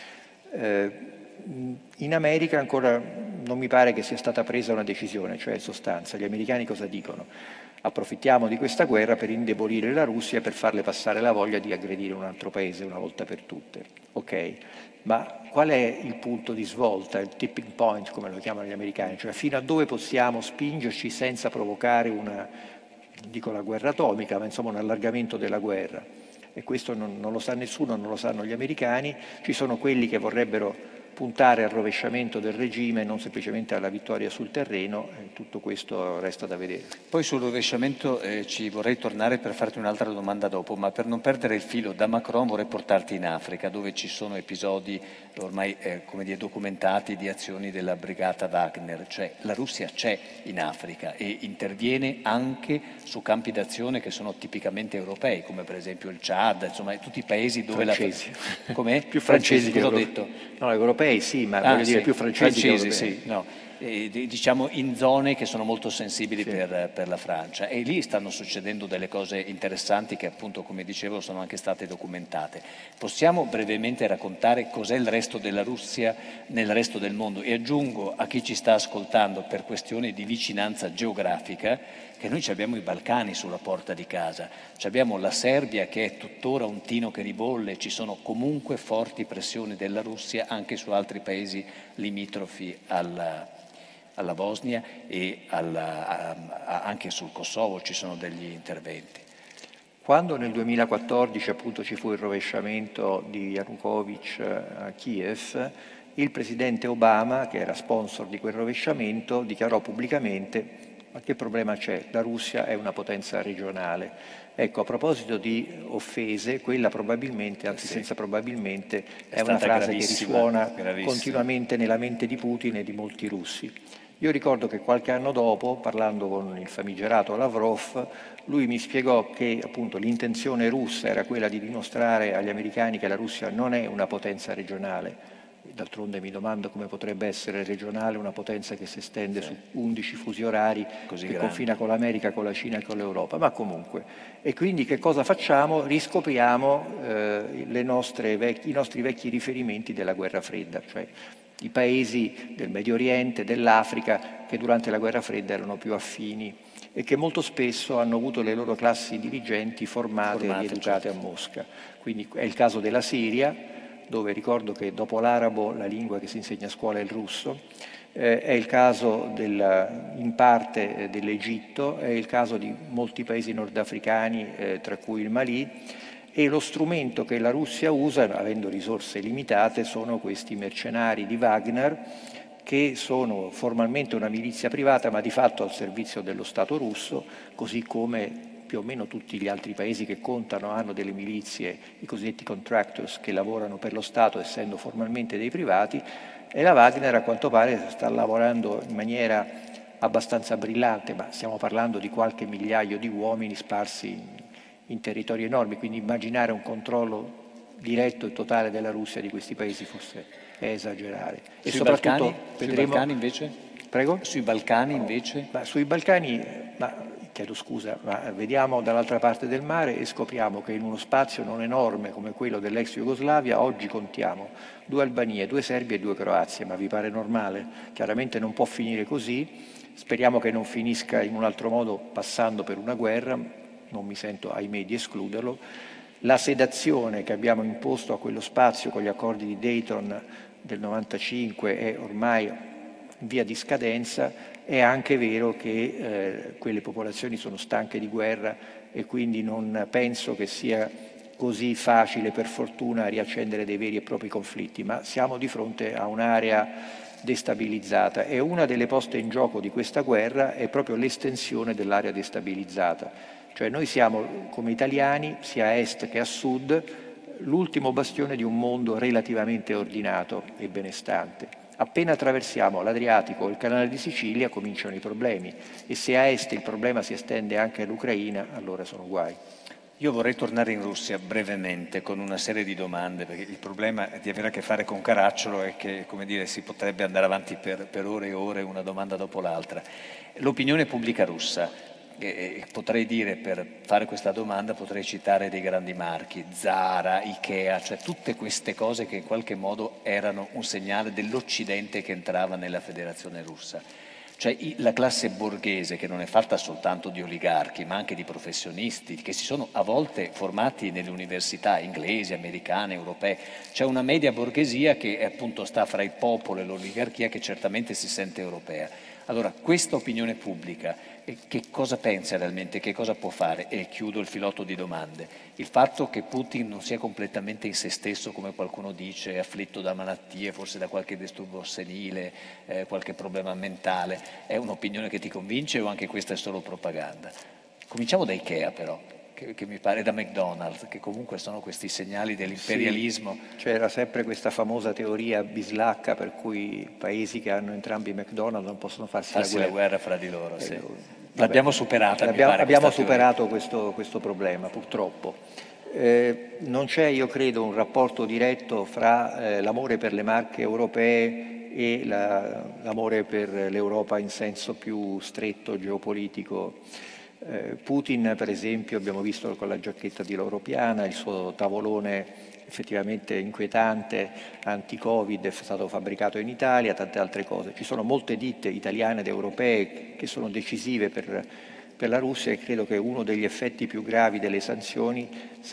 Eh, in America ancora non mi pare che sia stata presa una decisione, cioè in sostanza gli americani cosa dicono? Approfittiamo di questa guerra per indebolire la Russia e per farle passare la voglia di aggredire un altro paese una volta per tutte. Ok, ma qual è il punto di svolta, il tipping point come lo chiamano gli americani? Cioè fino a dove possiamo spingerci senza provocare una, non dico la guerra atomica, ma insomma un allargamento della guerra? E questo non, non lo sa nessuno, non lo sanno gli americani. Ci sono quelli che vorrebbero puntare al rovesciamento del regime, non semplicemente alla vittoria sul terreno, e tutto questo resta da vedere. Poi sul rovesciamento eh, ci vorrei tornare per farti un'altra domanda dopo, ma per non perdere il filo da Macron vorrei portarti in Africa, dove ci sono episodi ormai eh, come dire, documentati di azioni della brigata Wagner, cioè la Russia c'è in Africa e interviene anche su campi d'azione che sono tipicamente europei, come per esempio il Chad, insomma tutti i paesi dove francesi. la... Com'è? Più francesi, francesi che ho europei. detto? No, europei sì, ma ah, voglio sì. dire più francesi, francesi che europei. Sì, no. E, diciamo in zone che sono molto sensibili sì. per, per la Francia, e lì stanno succedendo delle cose interessanti che appunto, come dicevo, sono anche state documentate. Possiamo brevemente raccontare cos'è il resto della Russia nel resto del mondo? E aggiungo a chi ci sta ascoltando, per questioni di vicinanza geografica, che noi abbiamo i Balcani sulla porta di casa, abbiamo la Serbia che è tuttora un tino che ribolle, ci sono comunque forti pressioni della Russia anche su altri paesi limitrofi alla, alla Bosnia e alla, a, a, anche sul Kosovo ci sono degli interventi. Quando nel duemilaquattordici appunto ci fu il rovesciamento di Yanukovych a Kiev, il presidente Obama, che era sponsor di quel rovesciamento, dichiarò pubblicamente: ma che problema c'è? La Russia è una potenza regionale. Ecco, a proposito di offese, quella probabilmente, anzi sì. senza probabilmente, è, è una frase che risuona gravissima. continuamente nella mente di Putin e di molti russi. Io ricordo che qualche anno dopo, parlando con il famigerato Lavrov, lui mi spiegò che appunto l'intenzione russa era quella di dimostrare agli americani che la Russia non è una potenza regionale. D'altronde mi domando come potrebbe essere regionale una potenza che si estende sì. su undici fusi orari, Così che grande. confina con l'America, con la Cina e con l'Europa, ma comunque. E quindi che cosa facciamo? Riscopriamo eh, le nostre vec- i nostri vecchi riferimenti della guerra fredda, cioè i paesi del Medio Oriente, dell'Africa, che durante la guerra fredda erano più affini e che molto spesso hanno avuto le loro classi dirigenti formate, formate e rieducate certo. a Mosca. Quindi è il caso della Siria, dove ricordo che dopo l'arabo la lingua che si insegna a scuola è il russo, eh, è il caso del, in parte eh, dell'Egitto, è il caso di molti paesi nordafricani, eh, tra cui il Mali, e lo strumento che la Russia usa, avendo risorse limitate, sono questi mercenari di Wagner, che sono formalmente una milizia privata, ma di fatto al servizio dello Stato russo, così come più o meno tutti gli altri paesi che contano hanno delle milizie, i cosiddetti contractors, che lavorano per lo Stato essendo formalmente dei privati, e la Wagner a quanto pare sta lavorando in maniera abbastanza brillante, ma stiamo parlando di qualche migliaio di uomini sparsi in, in territori enormi, quindi immaginare un controllo diretto e totale della Russia di questi paesi forse è esagerare. E sui soprattutto Balcani, vedremo... sui Balcani invece? Prego? Sui Balcani invece? Ma sui Balcani, ma, chiedo scusa, ma vediamo dall'altra parte del mare e scopriamo che in uno spazio non enorme come quello dell'ex Jugoslavia oggi contiamo due Albanie, due Serbie e due Croazie, ma vi pare normale? Chiaramente non può finire così, speriamo che non finisca in un altro modo passando per una guerra, non mi sento ahimè di escluderlo. La sedazione che abbiamo imposto a quello spazio con gli accordi di Dayton del novantacinque è ormai in via di scadenza. È anche vero che eh, quelle popolazioni sono stanche di guerra e quindi non penso che sia così facile, per fortuna, riaccendere dei veri e propri conflitti, ma siamo di fronte a un'area destabilizzata e una delle poste in gioco di questa guerra è proprio l'estensione dell'area destabilizzata. Cioè noi siamo, come italiani, sia a est che a sud, l'ultimo bastione di un mondo relativamente ordinato e benestante. Appena attraversiamo l'Adriatico o il canale di Sicilia cominciano i problemi e se a est il problema si estende anche all'Ucraina, allora sono guai. Io vorrei tornare in Russia brevemente con una serie di domande, perché il problema di avere a che fare con Caracciolo è che, come dire, si potrebbe andare avanti per, per ore e ore, una domanda dopo l'altra. L'opinione pubblica russa. E potrei dire, per fare questa domanda, potrei citare dei grandi marchi, Zara, Ikea, cioè tutte queste cose che in qualche modo erano un segnale dell'Occidente che entrava nella Federazione Russa. Cioè la classe borghese, che non è fatta soltanto di oligarchi, ma anche di professionisti, che si sono a volte formati nelle università inglesi, americane, europee. C'è una media borghesia che appunto sta fra il popolo e l'oligarchia, che certamente si sente europea. Allora, questa opinione pubblica, che cosa pensa realmente, che cosa può fare? E chiudo il filotto di domande. Il fatto che Putin non sia completamente in se stesso, come qualcuno dice, afflitto da malattie, forse da qualche disturbo senile, eh, qualche problema mentale, è un'opinione che ti convince o anche questa è solo propaganda? Cominciamo da Ikea però, che, che mi pare, da McDonald's, che comunque sono questi segnali dell'imperialismo. Sì, c'era sempre questa famosa teoria bislacca per cui paesi che hanno entrambi McDonald's non possono farsi, farsi la, guerra. la guerra fra di loro. Sì. Eh, L'abbiamo superata, abbiamo, mi pare, abbiamo superato questo, questo problema, purtroppo. Eh, non c'è, io credo, un rapporto diretto fra eh, l'amore per le marche europee e la, l'amore per l'Europa in senso più stretto, geopolitico. Eh, Putin, per esempio, abbiamo visto con la giacchetta di Loro Piana, il suo tavolone effettivamente inquietante, anti-Covid, è stato fabbricato in Italia, tante altre cose. Ci sono molte ditte italiane ed europee che sono decisive per, per la Russia e credo che uno degli effetti più gravi delle sanzioni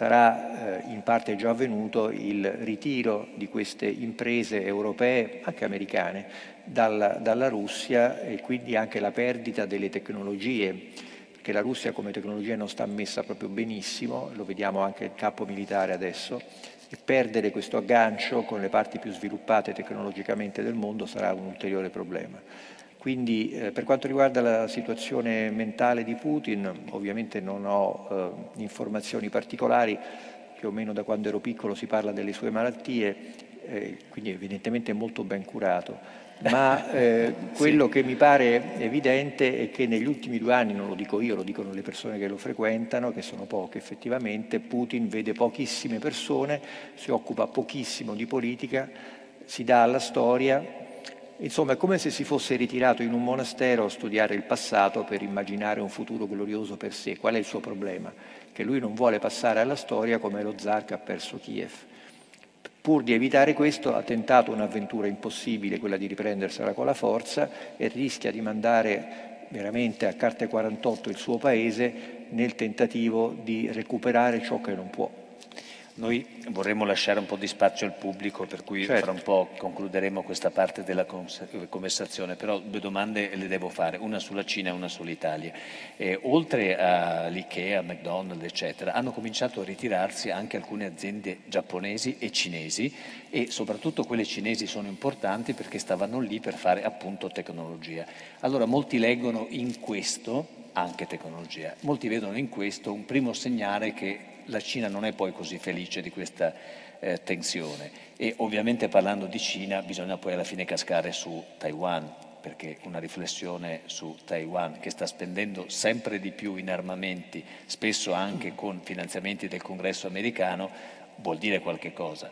sarà, eh, in parte già avvenuto, il ritiro di queste imprese europee, anche americane, dalla, dalla Russia e quindi anche la perdita delle tecnologie, perché la Russia come tecnologia non sta messa proprio benissimo, lo vediamo anche il campo militare adesso, e perdere questo aggancio con le parti più sviluppate tecnologicamente del mondo sarà un ulteriore problema. Quindi eh, per quanto riguarda la situazione mentale di Putin, ovviamente non ho eh, informazioni particolari, più o meno da quando ero piccolo si parla delle sue malattie, eh, quindi evidentemente è molto ben curato. Ma eh, quello sì. che mi pare evidente è che negli ultimi due anni, non lo dico io, lo dicono le persone che lo frequentano, che sono poche effettivamente, Putin vede pochissime persone, si occupa pochissimo di politica, si dà alla storia, insomma è come se si fosse ritirato in un monastero a studiare il passato per immaginare un futuro glorioso per sé. Qual è il suo problema? Che lui non vuole passare alla storia come lo zar che ha perso Kiev. Pur di evitare questo ha tentato un'avventura impossibile, quella di riprendersela con la forza, e rischia di mandare veramente a carte quarantotto il suo paese nel tentativo di recuperare ciò che non può. Noi vorremmo lasciare un po' di spazio al pubblico, per cui certo. fra un po' concluderemo questa parte della conversazione, però due domande le devo fare, una sulla Cina e una sull'Italia. Eh, oltre all'Ikea, McDonald's, eccetera, hanno cominciato a ritirarsi anche alcune aziende giapponesi e cinesi, e soprattutto quelle cinesi sono importanti perché stavano lì per fare appunto tecnologia. Allora molti leggono in questo, anche tecnologia, molti vedono in questo un primo segnale che la Cina non è poi così felice di questa eh, tensione, e ovviamente parlando di Cina bisogna poi alla fine cascare su Taiwan, perché una riflessione su Taiwan, che sta spendendo sempre di più in armamenti, spesso anche con finanziamenti del Congresso americano, vuol dire qualche cosa.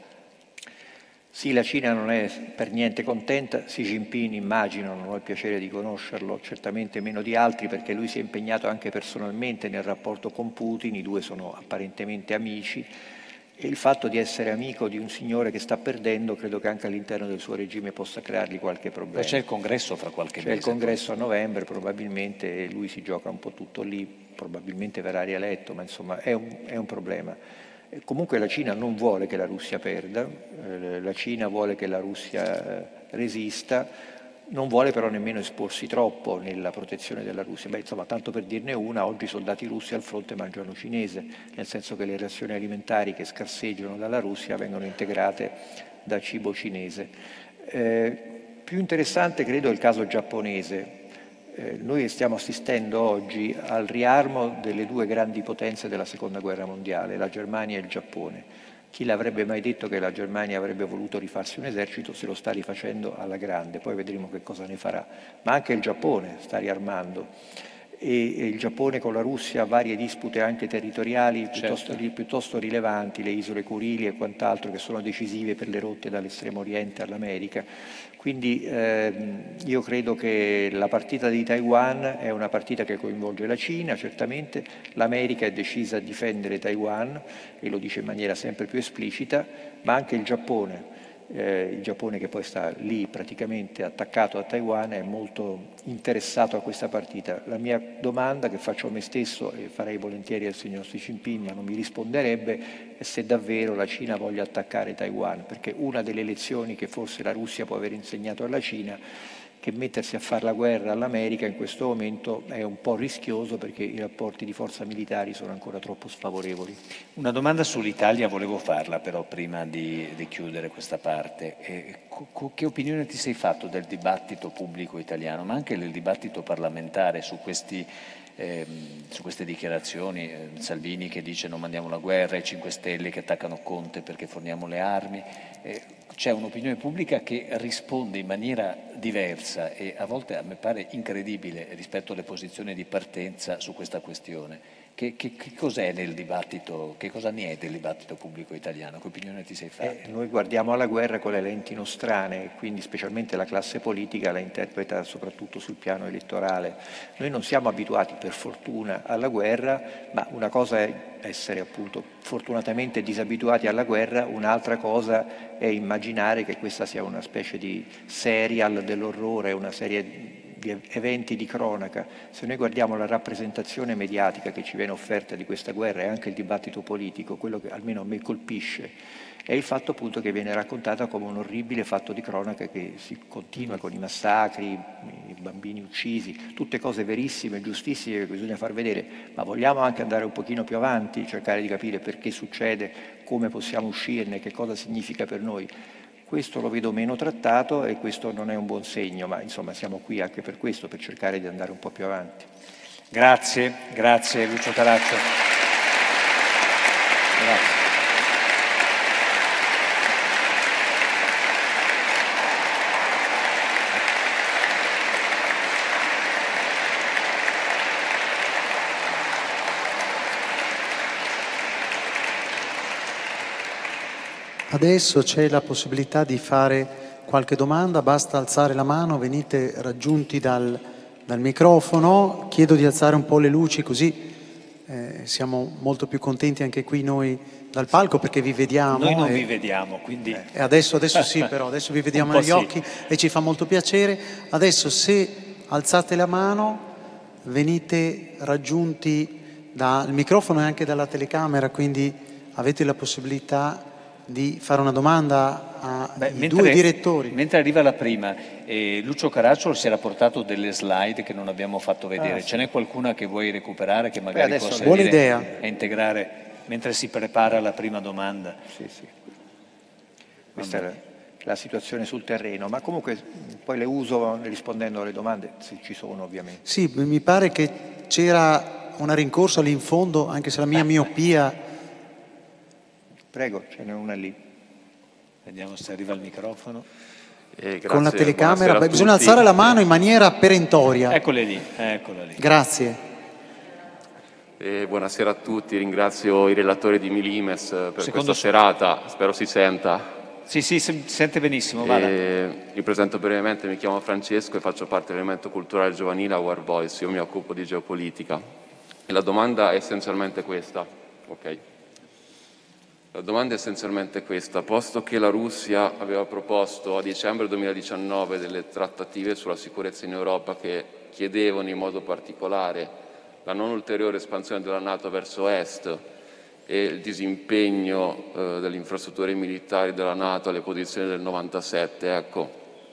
Sì, la Cina non è per niente contenta. Xi Jinping, immagino, non ho il piacere di conoscerlo, certamente meno di altri, perché lui si è impegnato anche personalmente nel rapporto con Putin, i due sono apparentemente amici, e il fatto di essere amico di un signore che sta perdendo credo che anche all'interno del suo regime possa creargli qualche problema. Poi c'è il congresso fra qualche c'è mese. C'è il congresso a novembre probabilmente, e lui si gioca un po' tutto lì, probabilmente verrà rieletto, ma insomma è un, è un problema. Comunque la Cina non vuole che la Russia perda, eh, la Cina vuole che la Russia eh, resista, non vuole però nemmeno esporsi troppo nella protezione della Russia. Beh, insomma, tanto per dirne una, oggi i soldati russi al fronte mangiano cinese, nel senso che le razioni alimentari che scarseggiano dalla Russia vengono integrate da cibo cinese. Eh, più interessante credo è il caso giapponese. Eh, noi stiamo assistendo oggi al riarmo delle due grandi potenze della seconda guerra mondiale, la Germania e il Giappone. Chi l'avrebbe mai detto che la Germania avrebbe voluto rifarsi un esercito? Se lo sta rifacendo alla grande, poi vedremo che cosa ne farà. Ma anche il Giappone sta riarmando, e, e il Giappone con la Russia ha varie dispute anche territoriali piuttosto, certo. piuttosto rilevanti, le isole Kurili e quant'altro, che sono decisive per le rotte dall'estremo oriente all'America. Quindi eh, io credo che la partita di Taiwan è una partita che coinvolge la Cina, certamente l'America è decisa a difendere Taiwan e lo dice in maniera sempre più esplicita, ma anche il Giappone. Eh, il Giappone, che poi sta lì praticamente attaccato a Taiwan, è molto interessato a questa partita. La mia domanda che faccio a me stesso e farei volentieri al signor Xi Jinping, ma non mi risponderebbe, è se davvero la Cina voglia attaccare Taiwan, perché una delle lezioni che forse la Russia può aver insegnato alla Cina, che mettersi a fare la guerra all'America in questo momento è un po' rischioso, perché i rapporti di forza militari sono ancora troppo sfavorevoli. Una domanda sull'Italia volevo farla però prima di, di chiudere questa parte. Eh, co- che opinione ti sei fatto del dibattito pubblico italiano, ma anche del dibattito parlamentare su questi Eh, su queste dichiarazioni, eh, Salvini che dice non mandiamo la guerra, i cinque Stelle che attaccano Conte perché forniamo le armi, eh, c'è un'opinione pubblica che risponde in maniera diversa e a volte a me pare incredibile rispetto alle posizioni di partenza su questa questione. Che, che, che cos'è nel dibattito, che cosa ne è del dibattito pubblico italiano? Che opinione ti sei fatta? Eh, noi guardiamo alla guerra con le lenti nostrane e quindi specialmente la classe politica la interpreta soprattutto sul piano elettorale. Noi non siamo abituati per fortuna alla guerra, ma una cosa è essere appunto fortunatamente disabituati alla guerra, un'altra cosa è immaginare che questa sia una specie di serial dell'orrore, una serie di eventi di cronaca. Se noi guardiamo la rappresentazione mediatica che ci viene offerta di questa guerra e anche il dibattito politico, quello che almeno a me colpisce è il fatto appunto che viene raccontata come un orribile fatto di cronaca che si continua con i massacri, i bambini uccisi, tutte cose verissime, giustissime che bisogna far vedere, ma vogliamo anche andare un pochino più avanti, cercare di capire perché succede, come possiamo uscirne, che cosa significa per noi. Questo lo vedo meno trattato e questo non è un buon segno, ma insomma siamo qui anche per questo, per cercare di andare un po' più avanti. Grazie, grazie Lucio Caracciolo. Grazie. Adesso c'è la possibilità di fare qualche domanda, basta alzare la mano, venite raggiunti dal, dal microfono, chiedo di alzare un po' le luci così eh, siamo molto più contenti anche qui noi dal palco perché vi vediamo. Noi non e, vi vediamo, quindi... E adesso, adesso sì, però adesso vi vediamo negli sì. occhi e ci fa molto piacere. Adesso se alzate la mano venite raggiunti dal microfono e anche dalla telecamera, quindi avete la possibilità di fare una domanda ai Beh, due direttori. Mentre arriva la prima, eh, Lucio Caracciolo si era portato delle slide che non abbiamo fatto vedere. Ah, sì. Ce n'è qualcuna che vuoi recuperare, che magari Beh, possa buona idea. e integrare mentre si prepara la prima domanda? Sì, sì. Questa Vabbè. è la, la situazione sul terreno, ma comunque poi le uso rispondendo alle domande, se ci sono ovviamente. Sì, mi pare che c'era una rincorsa lì in fondo, anche se la mia miopia... Prego, ce n'è una lì. Vediamo se arriva il microfono. Eh, con la grazie, telecamera. buonasera a Beh, bisogna tutti. alzare la mano in maniera perentoria. Eccole lì, eccola lì. Grazie. Eh, buonasera a tutti, ringrazio i relatori di Milimes per Secondo questa su- serata, spero si senta. Sì, sì, si sente benissimo, vada. Eh, mi presento brevemente, mi chiamo Francesco e faccio parte dell'elemento culturale giovanile Our Voice, io mi occupo di geopolitica. E la domanda è essenzialmente questa, ok? La domanda è essenzialmente questa, posto che la Russia aveva proposto a dicembre duemiladiciannove delle trattative sulla sicurezza in Europa che chiedevano in modo particolare la non ulteriore espansione della NATO verso est e il disimpegno eh, delle infrastrutture militari della NATO alle posizioni del novantasette, ecco,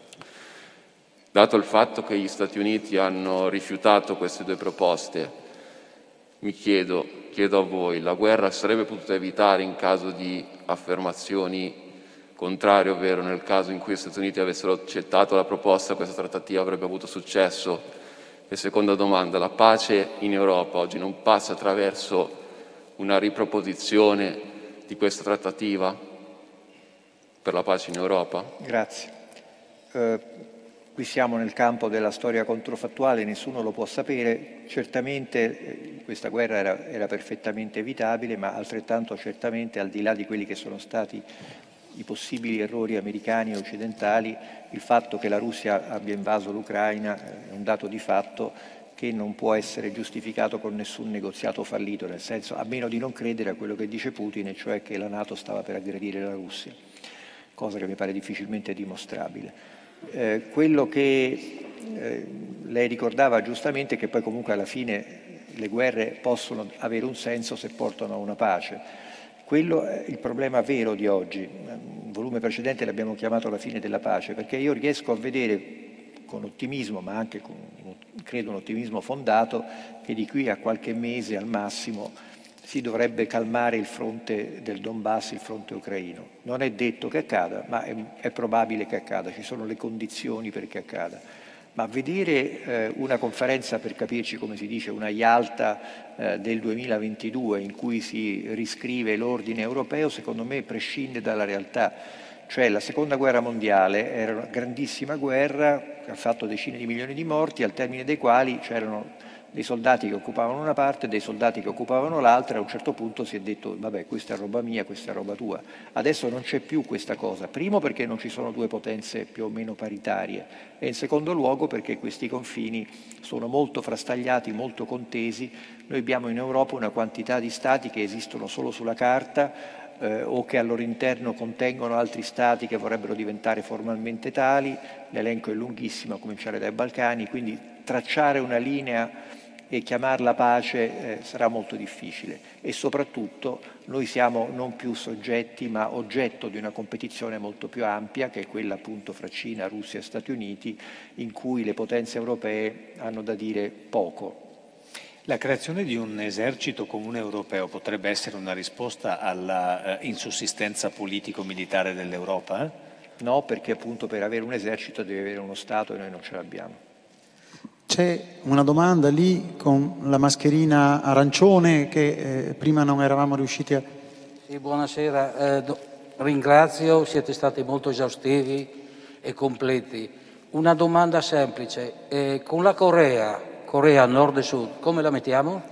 dato il fatto che gli Stati Uniti hanno rifiutato queste due proposte, mi chiedo, chiedo a voi, la guerra sarebbe potuta evitare in caso di affermazioni contrarie, ovvero nel caso in cui gli Stati Uniti avessero accettato la proposta, questa trattativa avrebbe avuto successo? E seconda domanda, la pace in Europa oggi non passa attraverso una riproposizione di questa trattativa per la pace in Europa? Grazie. Eh, qui siamo nel campo della storia controfattuale, nessuno lo può sapere. Certamente eh, questa guerra era, era perfettamente evitabile, ma altrettanto certamente, al di là di quelli che sono stati i possibili errori americani e occidentali, il fatto che la Russia abbia invaso l'Ucraina è un dato di fatto che non può essere giustificato con nessun negoziato fallito, nel senso, a meno di non credere a quello che dice Putin, e cioè che la NATO stava per aggredire la Russia, cosa che mi pare difficilmente dimostrabile. Eh, quello che eh, lei ricordava giustamente è che poi comunque alla fine le guerre possono avere un senso se portano a una pace. Quello è il problema vero di oggi. Un volume precedente l'abbiamo chiamato la fine della pace, perché io riesco a vedere con ottimismo, ma anche con, credo, un ottimismo fondato, che di qui a qualche mese al massimo si dovrebbe calmare il fronte del Donbass, il fronte ucraino. Non è detto che accada, ma è, è probabile che accada, ci sono le condizioni perché accada. Ma vedere eh, una conferenza, per capirci come si dice, una Yalta eh, del duemilaventidue in cui si riscrive l'ordine europeo, secondo me prescinde dalla realtà. Cioè la seconda guerra mondiale era una grandissima guerra che ha fatto decine di milioni di morti, al termine dei quali c'erano dei soldati che occupavano una parte, dei soldati che occupavano l'altra, e a un certo punto si è detto vabbè, questa è roba mia, questa è roba tua. Adesso non c'è più questa cosa, primo perché non ci sono due potenze più o meno paritarie, e in secondo luogo perché questi confini sono molto frastagliati, molto contesi. Noi abbiamo in Europa una quantità di stati che esistono solo sulla carta eh, o che al loro interno contengono altri stati che vorrebbero diventare formalmente tali. L'elenco è lunghissimo, a cominciare dai Balcani, quindi tracciare una linea e chiamarla pace eh, sarà molto difficile, e soprattutto noi siamo non più soggetti ma oggetto di una competizione molto più ampia, che è quella appunto fra Cina, Russia e Stati Uniti, in cui le potenze europee hanno da dire poco. La creazione di un esercito comune europeo potrebbe essere una risposta alla eh, insussistenza politico-militare dell'Europa? Eh? No, perché appunto per avere un esercito devi avere uno Stato e noi non ce l'abbiamo. C'è una domanda lì con la mascherina arancione che eh, prima non eravamo riusciti a... Sì, buonasera. Eh, do, ringrazio, siete stati molto esaustivi e completi. Una domanda semplice. Eh, con la Corea, Corea nord e sud, come la mettiamo?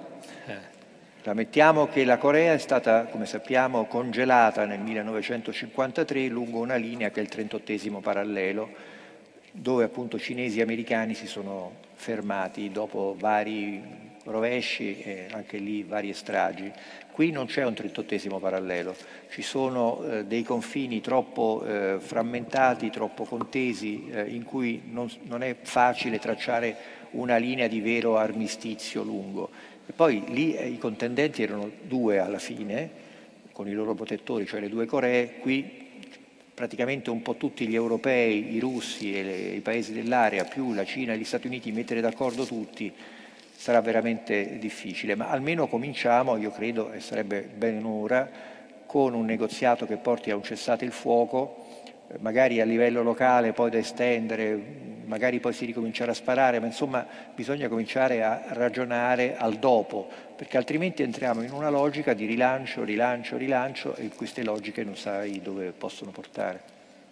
La mettiamo che la Corea è stata, come sappiamo, congelata nel millenovecentocinquantatré lungo una linea che è il trentottesimo parallelo, dove appunto cinesi e americani si sono fermati dopo vari rovesci e anche lì varie stragi. Qui non c'è un trentottesimo parallelo, ci sono eh, dei confini troppo eh, frammentati, troppo contesi, eh, in cui non, non è facile tracciare una linea di vero armistizio lungo. E poi lì eh, i contendenti erano due alla fine, con i loro protettori, cioè le due Coree. Qui praticamente un po' tutti gli europei, i russi e le, i paesi dell'area, più la Cina e gli Stati Uniti, mettere d'accordo tutti sarà veramente difficile, ma almeno cominciamo, io credo, e sarebbe ben ora, con un negoziato che porti a un cessate il fuoco, magari a livello locale, poi da estendere, magari poi si ricominciare a sparare, ma insomma bisogna cominciare a ragionare al dopo, perché altrimenti entriamo in una logica di rilancio, rilancio, rilancio, e queste logiche non sai dove possono portare.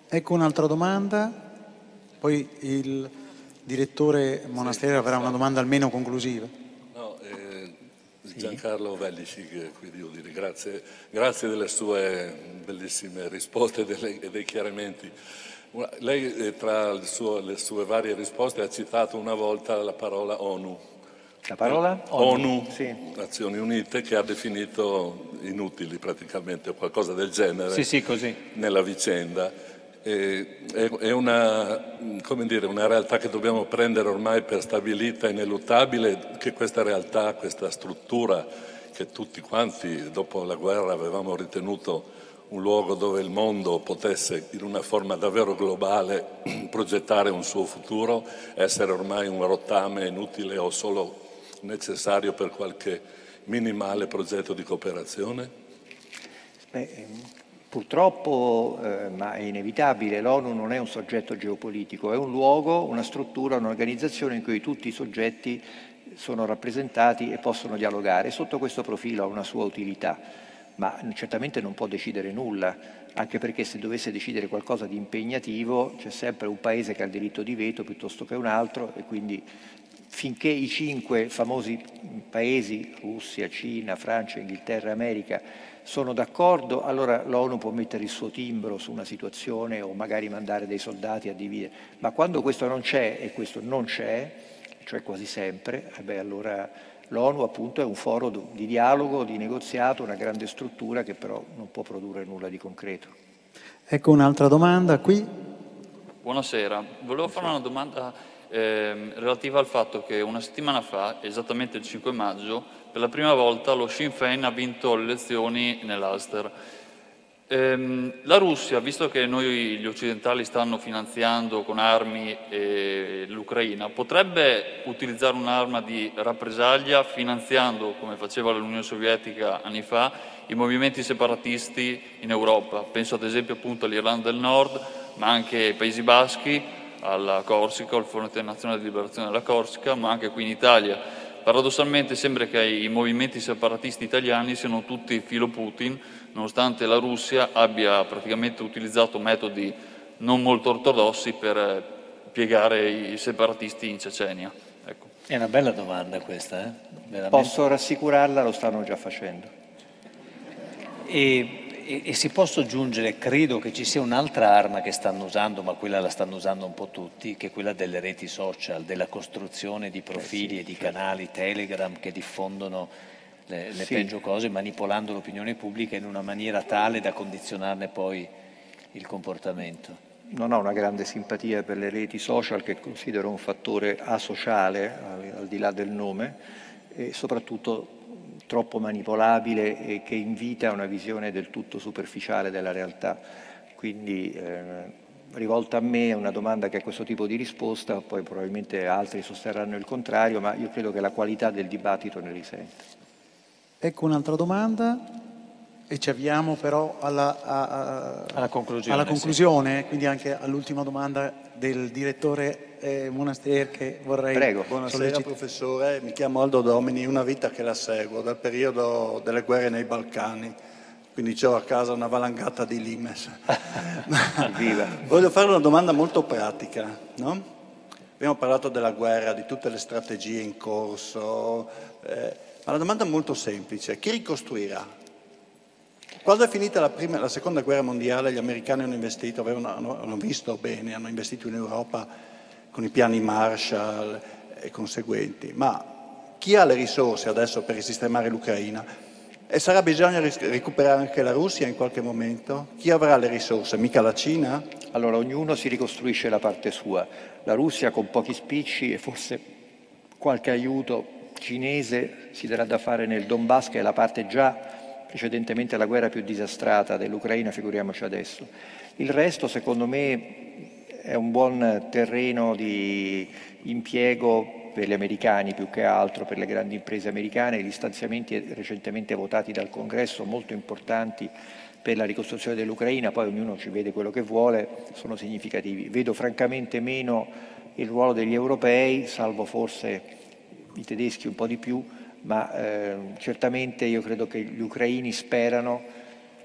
Ecco un'altra domanda, poi il direttore Monasteri avrà una domanda almeno conclusiva. No, eh, Giancarlo Vellici, quindi io dire grazie, grazie delle sue bellissime risposte e, delle, e dei chiarimenti. Lei eh, tra il suo, le sue varie risposte ha citato una volta la parola ONU. La parola? ONU, sì. Nazioni Unite, che ha definito inutili praticamente o qualcosa del genere Sì, sì, così. nella vicenda. E, è è una, come dire, una realtà che dobbiamo prendere ormai per stabilita e ineluttabile, che questa realtà, questa struttura che tutti quanti dopo la guerra avevamo ritenuto un luogo dove il mondo potesse in una forma davvero globale progettare un suo futuro, essere ormai un rottame inutile o solo necessario per qualche minimale progetto di cooperazione? Beh, purtroppo, eh, ma è inevitabile, l'ONU non è un soggetto geopolitico, è un luogo, una struttura, un'organizzazione in cui tutti i soggetti sono rappresentati e possono dialogare. Sotto questo profilo ha una sua utilità, ma certamente non può decidere nulla, anche perché se dovesse decidere qualcosa di impegnativo c'è sempre un paese che ha il diritto di veto piuttosto che un altro, e quindi finché i cinque famosi paesi, Russia, Cina, Francia, Inghilterra, America, sono d'accordo, allora l'ONU può mettere il suo timbro su una situazione o magari mandare dei soldati a dividere. Ma quando questo non c'è, e questo non c'è, cioè quasi sempre, eh beh, allora l'ONU appunto è un foro di dialogo, di negoziato, una grande struttura che però non può produrre nulla di concreto. Ecco un'altra domanda qui. Buonasera, volevo fare una domanda eh, relativa al fatto che una settimana fa, esattamente il cinque maggio, per la prima volta lo Sinn Féin ha vinto le elezioni nell'Ulster. Ehm, la Russia, visto che noi gli occidentali stanno finanziando con armi eh, l'Ucraina, potrebbe utilizzare un'arma di rappresaglia finanziando, come faceva l'Unione Sovietica anni fa, i movimenti separatisti in Europa. Penso ad esempio appunto all'Irlanda del Nord, ma anche ai Paesi Baschi, alla Corsica, al Fronte Nazionale di Liberazione della Corsica, ma anche qui in Italia. Paradossalmente sembra che i movimenti separatisti italiani siano tutti filo Putin, nonostante la Russia abbia praticamente utilizzato metodi non molto ortodossi per piegare i separatisti in Cecenia. Ecco. È una bella domanda questa, eh? Veramente. Posso rassicurarla, lo stanno già facendo. E, e, e si può soggiungere, credo che ci sia un'altra arma che stanno usando, ma quella la stanno usando un po' tutti, che è quella delle reti social, della costruzione di profili eh sì, e di certo. canali Telegram che diffondono le, le sì. peggio cose, manipolando l'opinione pubblica in una maniera tale da condizionarne poi il comportamento. Non ho una grande simpatia per le reti social, che considero un fattore asociale, al, al di là del nome, e soprattutto troppo manipolabile e che invita a una visione del tutto superficiale della realtà. Quindi eh, rivolta a me è una domanda che ha questo tipo di risposta, poi probabilmente altri sosterranno il contrario, ma io credo che la qualità del dibattito ne risente. Ecco un'altra domanda e ci avviamo però alla, a, a, alla conclusione, alla conclusione sì. Quindi anche all'ultima domanda del direttore eh, Monasteri che vorrei Prego. Buonasera sollecit- professore, mi chiamo Aldo Domini, una vita che la seguo dal periodo delle guerre nei Balcani, quindi ho a casa una valangata di limes. Viva. Voglio fare una domanda molto pratica, no? Abbiamo parlato della guerra, di tutte le strategie in corso, eh, ma la domanda è molto semplice: chi ricostruirà? Quando è finita la, prima, la seconda guerra mondiale, gli americani hanno investito, avevano, hanno, hanno visto bene, hanno investito in Europa con i piani Marshall e conseguenti, ma chi ha le risorse adesso per risistemare l'Ucraina? E sarà bisogno recuperare anche la Russia in qualche momento? Chi avrà le risorse? Mica la Cina? Allora, ognuno si ricostruisce la parte sua. La Russia con pochi spicci e forse qualche aiuto cinese si darà da fare nel Donbass, che è la parte già precedentemente alla guerra più disastrata dell'Ucraina, figuriamoci adesso. Il resto, secondo me, è un buon terreno di impiego per gli americani più che altro, per le grandi imprese americane. Gli stanziamenti recentemente votati dal Congresso, molto importanti per la ricostruzione dell'Ucraina, poi ognuno ci vede quello che vuole, sono significativi. Vedo francamente meno il ruolo degli europei, salvo forse i tedeschi un po' di più, ma eh, certamente io credo che gli ucraini sperano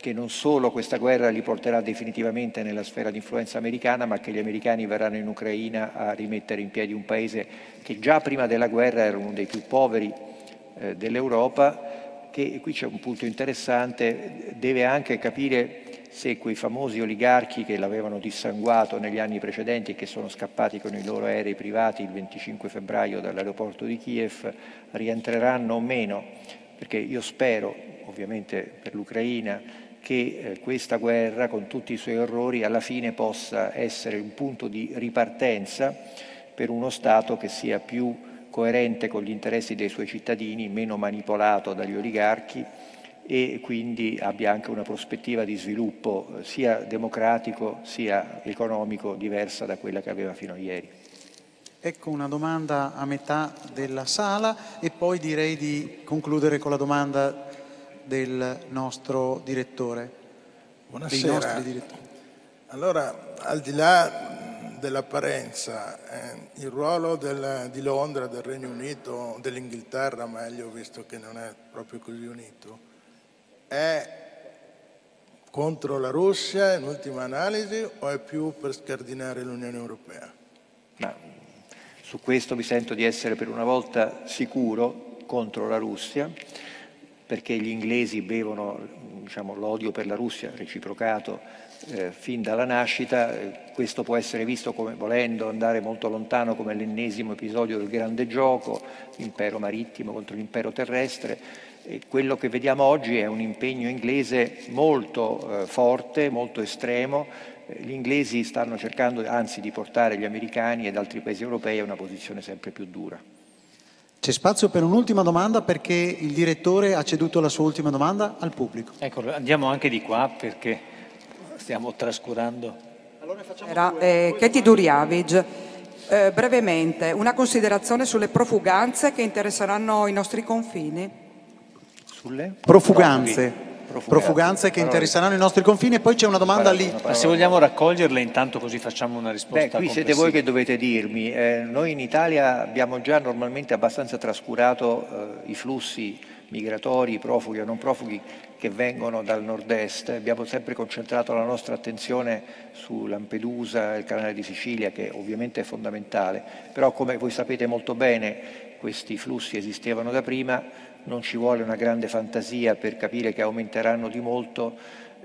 che non solo questa guerra li porterà definitivamente nella sfera di influenza americana, ma che gli americani verranno in Ucraina a rimettere in piedi un paese che già prima della guerra era uno dei più poveri eh, dell'Europa, che, qui c'è un punto interessante, deve anche capire se quei famosi oligarchi che l'avevano dissanguato negli anni precedenti e che sono scappati con i loro aerei privati il venticinque febbraio dall'aeroporto di Kiev rientreranno o meno, perché io spero, ovviamente per l'Ucraina, che eh, questa guerra, con tutti i suoi orrori, alla fine possa essere un punto di ripartenza per uno Stato che sia più coerente con gli interessi dei suoi cittadini, meno manipolato dagli oligarchi, e quindi abbia anche una prospettiva di sviluppo sia democratico sia economico diversa da quella che aveva fino a ieri. Ecco una domanda a metà della sala e poi direi di concludere con la domanda del nostro direttore. Buonasera. Dei nostri direttori. Allora, al di là dell'apparenza, eh, il ruolo del, di Londra, del Regno Unito, dell'Inghilterra meglio, visto che non è proprio così unito, è contro la Russia in ultima analisi o è più per scardinare l'Unione Europea? Ma su questo mi sento di essere per una volta sicuro contro la Russia, perché gli inglesi bevono, diciamo, l'odio per la Russia reciprocato eh, fin dalla nascita. Eh, questo può essere visto, come, volendo andare molto lontano, come l'ennesimo episodio del grande gioco, l'impero marittimo contro l'impero terrestre. E quello che vediamo oggi è un impegno inglese molto eh, forte, molto estremo. Eh, gli inglesi stanno cercando anzi di portare gli americani ed altri paesi europei a una posizione sempre più dura. C'è spazio per un'ultima domanda perché il direttore ha ceduto la sua ultima domanda al pubblico. Ecco, andiamo anche di qua perché stiamo trascurando. Allora Era eh, Katie Duriavic. Eh, brevemente, una considerazione sulle profuganze che interesseranno i nostri confini? Sulle? Profuganze. Profuganze, Profuganze che interesseranno i nostri confini e poi c'è una domanda lì. Ma se vogliamo raccoglierle intanto così facciamo una risposta. Beh, qui siete voi che dovete dirmi. Eh, noi in Italia abbiamo già normalmente abbastanza trascurato eh, i flussi migratori, profughi o non profughi che vengono dal nord-est. Abbiamo sempre concentrato la nostra attenzione su Lampedusa, il canale di Sicilia, che ovviamente è fondamentale, però come voi sapete molto bene questi flussi esistevano da prima, non ci vuole una grande fantasia per capire che aumenteranno di molto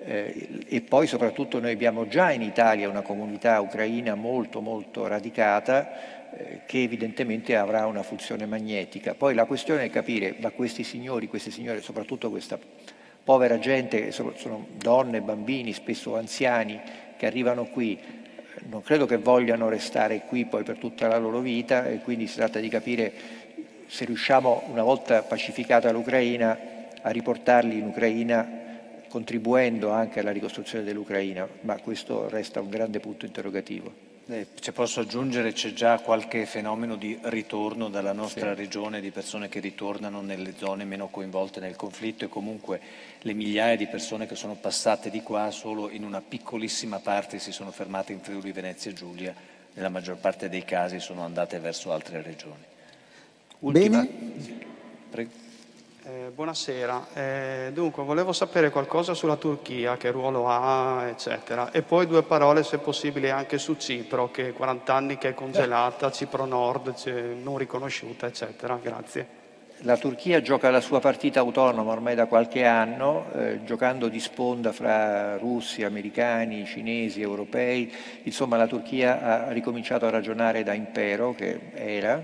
eh, e poi soprattutto noi abbiamo già in Italia una comunità ucraina molto molto radicata eh, che evidentemente avrà una funzione magnetica. Poi la questione è capire, ma questi signori, queste signore, soprattutto questa povera gente, che sono, sono donne, bambini, spesso anziani, che arrivano qui, non credo che vogliano restare qui poi per tutta la loro vita e quindi si tratta di capire se riusciamo, una volta pacificata l'Ucraina, a riportarli in Ucraina, contribuendo anche alla ricostruzione dell'Ucraina, ma questo resta un grande punto interrogativo. Eh, se posso aggiungere, c'è già qualche fenomeno di ritorno dalla nostra sì. regione, di persone che ritornano nelle zone meno coinvolte nel conflitto, e comunque le migliaia di persone che sono passate di qua solo in una piccolissima parte si sono fermate in Friuli Venezia Giulia, nella maggior parte dei casi sono andate verso altre regioni. Ultima. Prego. Eh, buonasera, eh, dunque volevo sapere qualcosa sulla Turchia, che ruolo ha, eccetera, e poi due parole se possibile anche su Cipro, che quaranta anni che è congelata, Cipro Nord, non riconosciuta, eccetera. Grazie. La Turchia gioca la sua partita autonoma ormai da qualche anno, eh, giocando di sponda fra russi, americani, cinesi, europei. Insomma, la Turchia ha ricominciato a ragionare da impero, che era.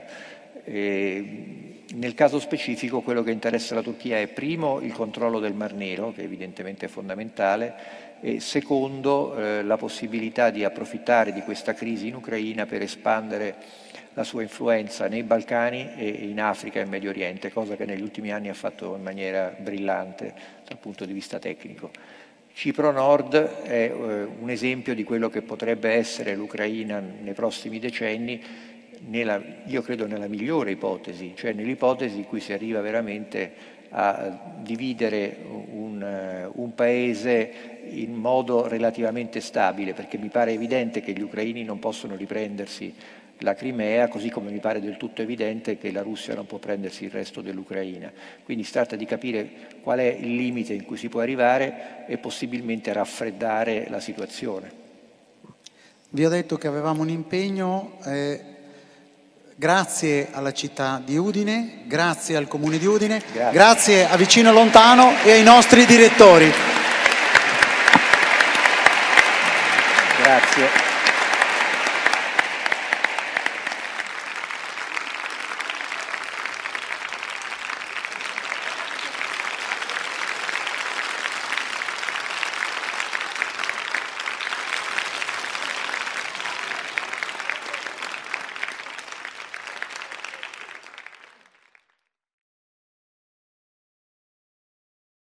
E nel caso specifico quello che interessa la Turchia è primo il controllo del Mar Nero, che evidentemente è fondamentale, e secondo eh, la possibilità di approfittare di questa crisi in Ucraina per espandere la sua influenza nei Balcani e in Africa e Medio Oriente, cosa che negli ultimi anni ha fatto in maniera brillante dal punto di vista tecnico. Cipro Nord è eh, un esempio di quello che potrebbe essere l'Ucraina nei prossimi decenni, Nella, io credo nella migliore ipotesi, cioè nell'ipotesi in cui si arriva veramente a dividere un, un paese in modo relativamente stabile, perché mi pare evidente che gli ucraini non possono riprendersi la Crimea, così come mi pare del tutto evidente che la Russia non può prendersi il resto dell'Ucraina. Quindi si tratta di capire qual è il limite in cui si può arrivare e possibilmente raffreddare la situazione. Vi ho detto che avevamo un impegno, eh, grazie alla città di Udine, grazie al Comune di Udine, grazie, grazie a Vicino Lontano e ai nostri direttori. Grazie.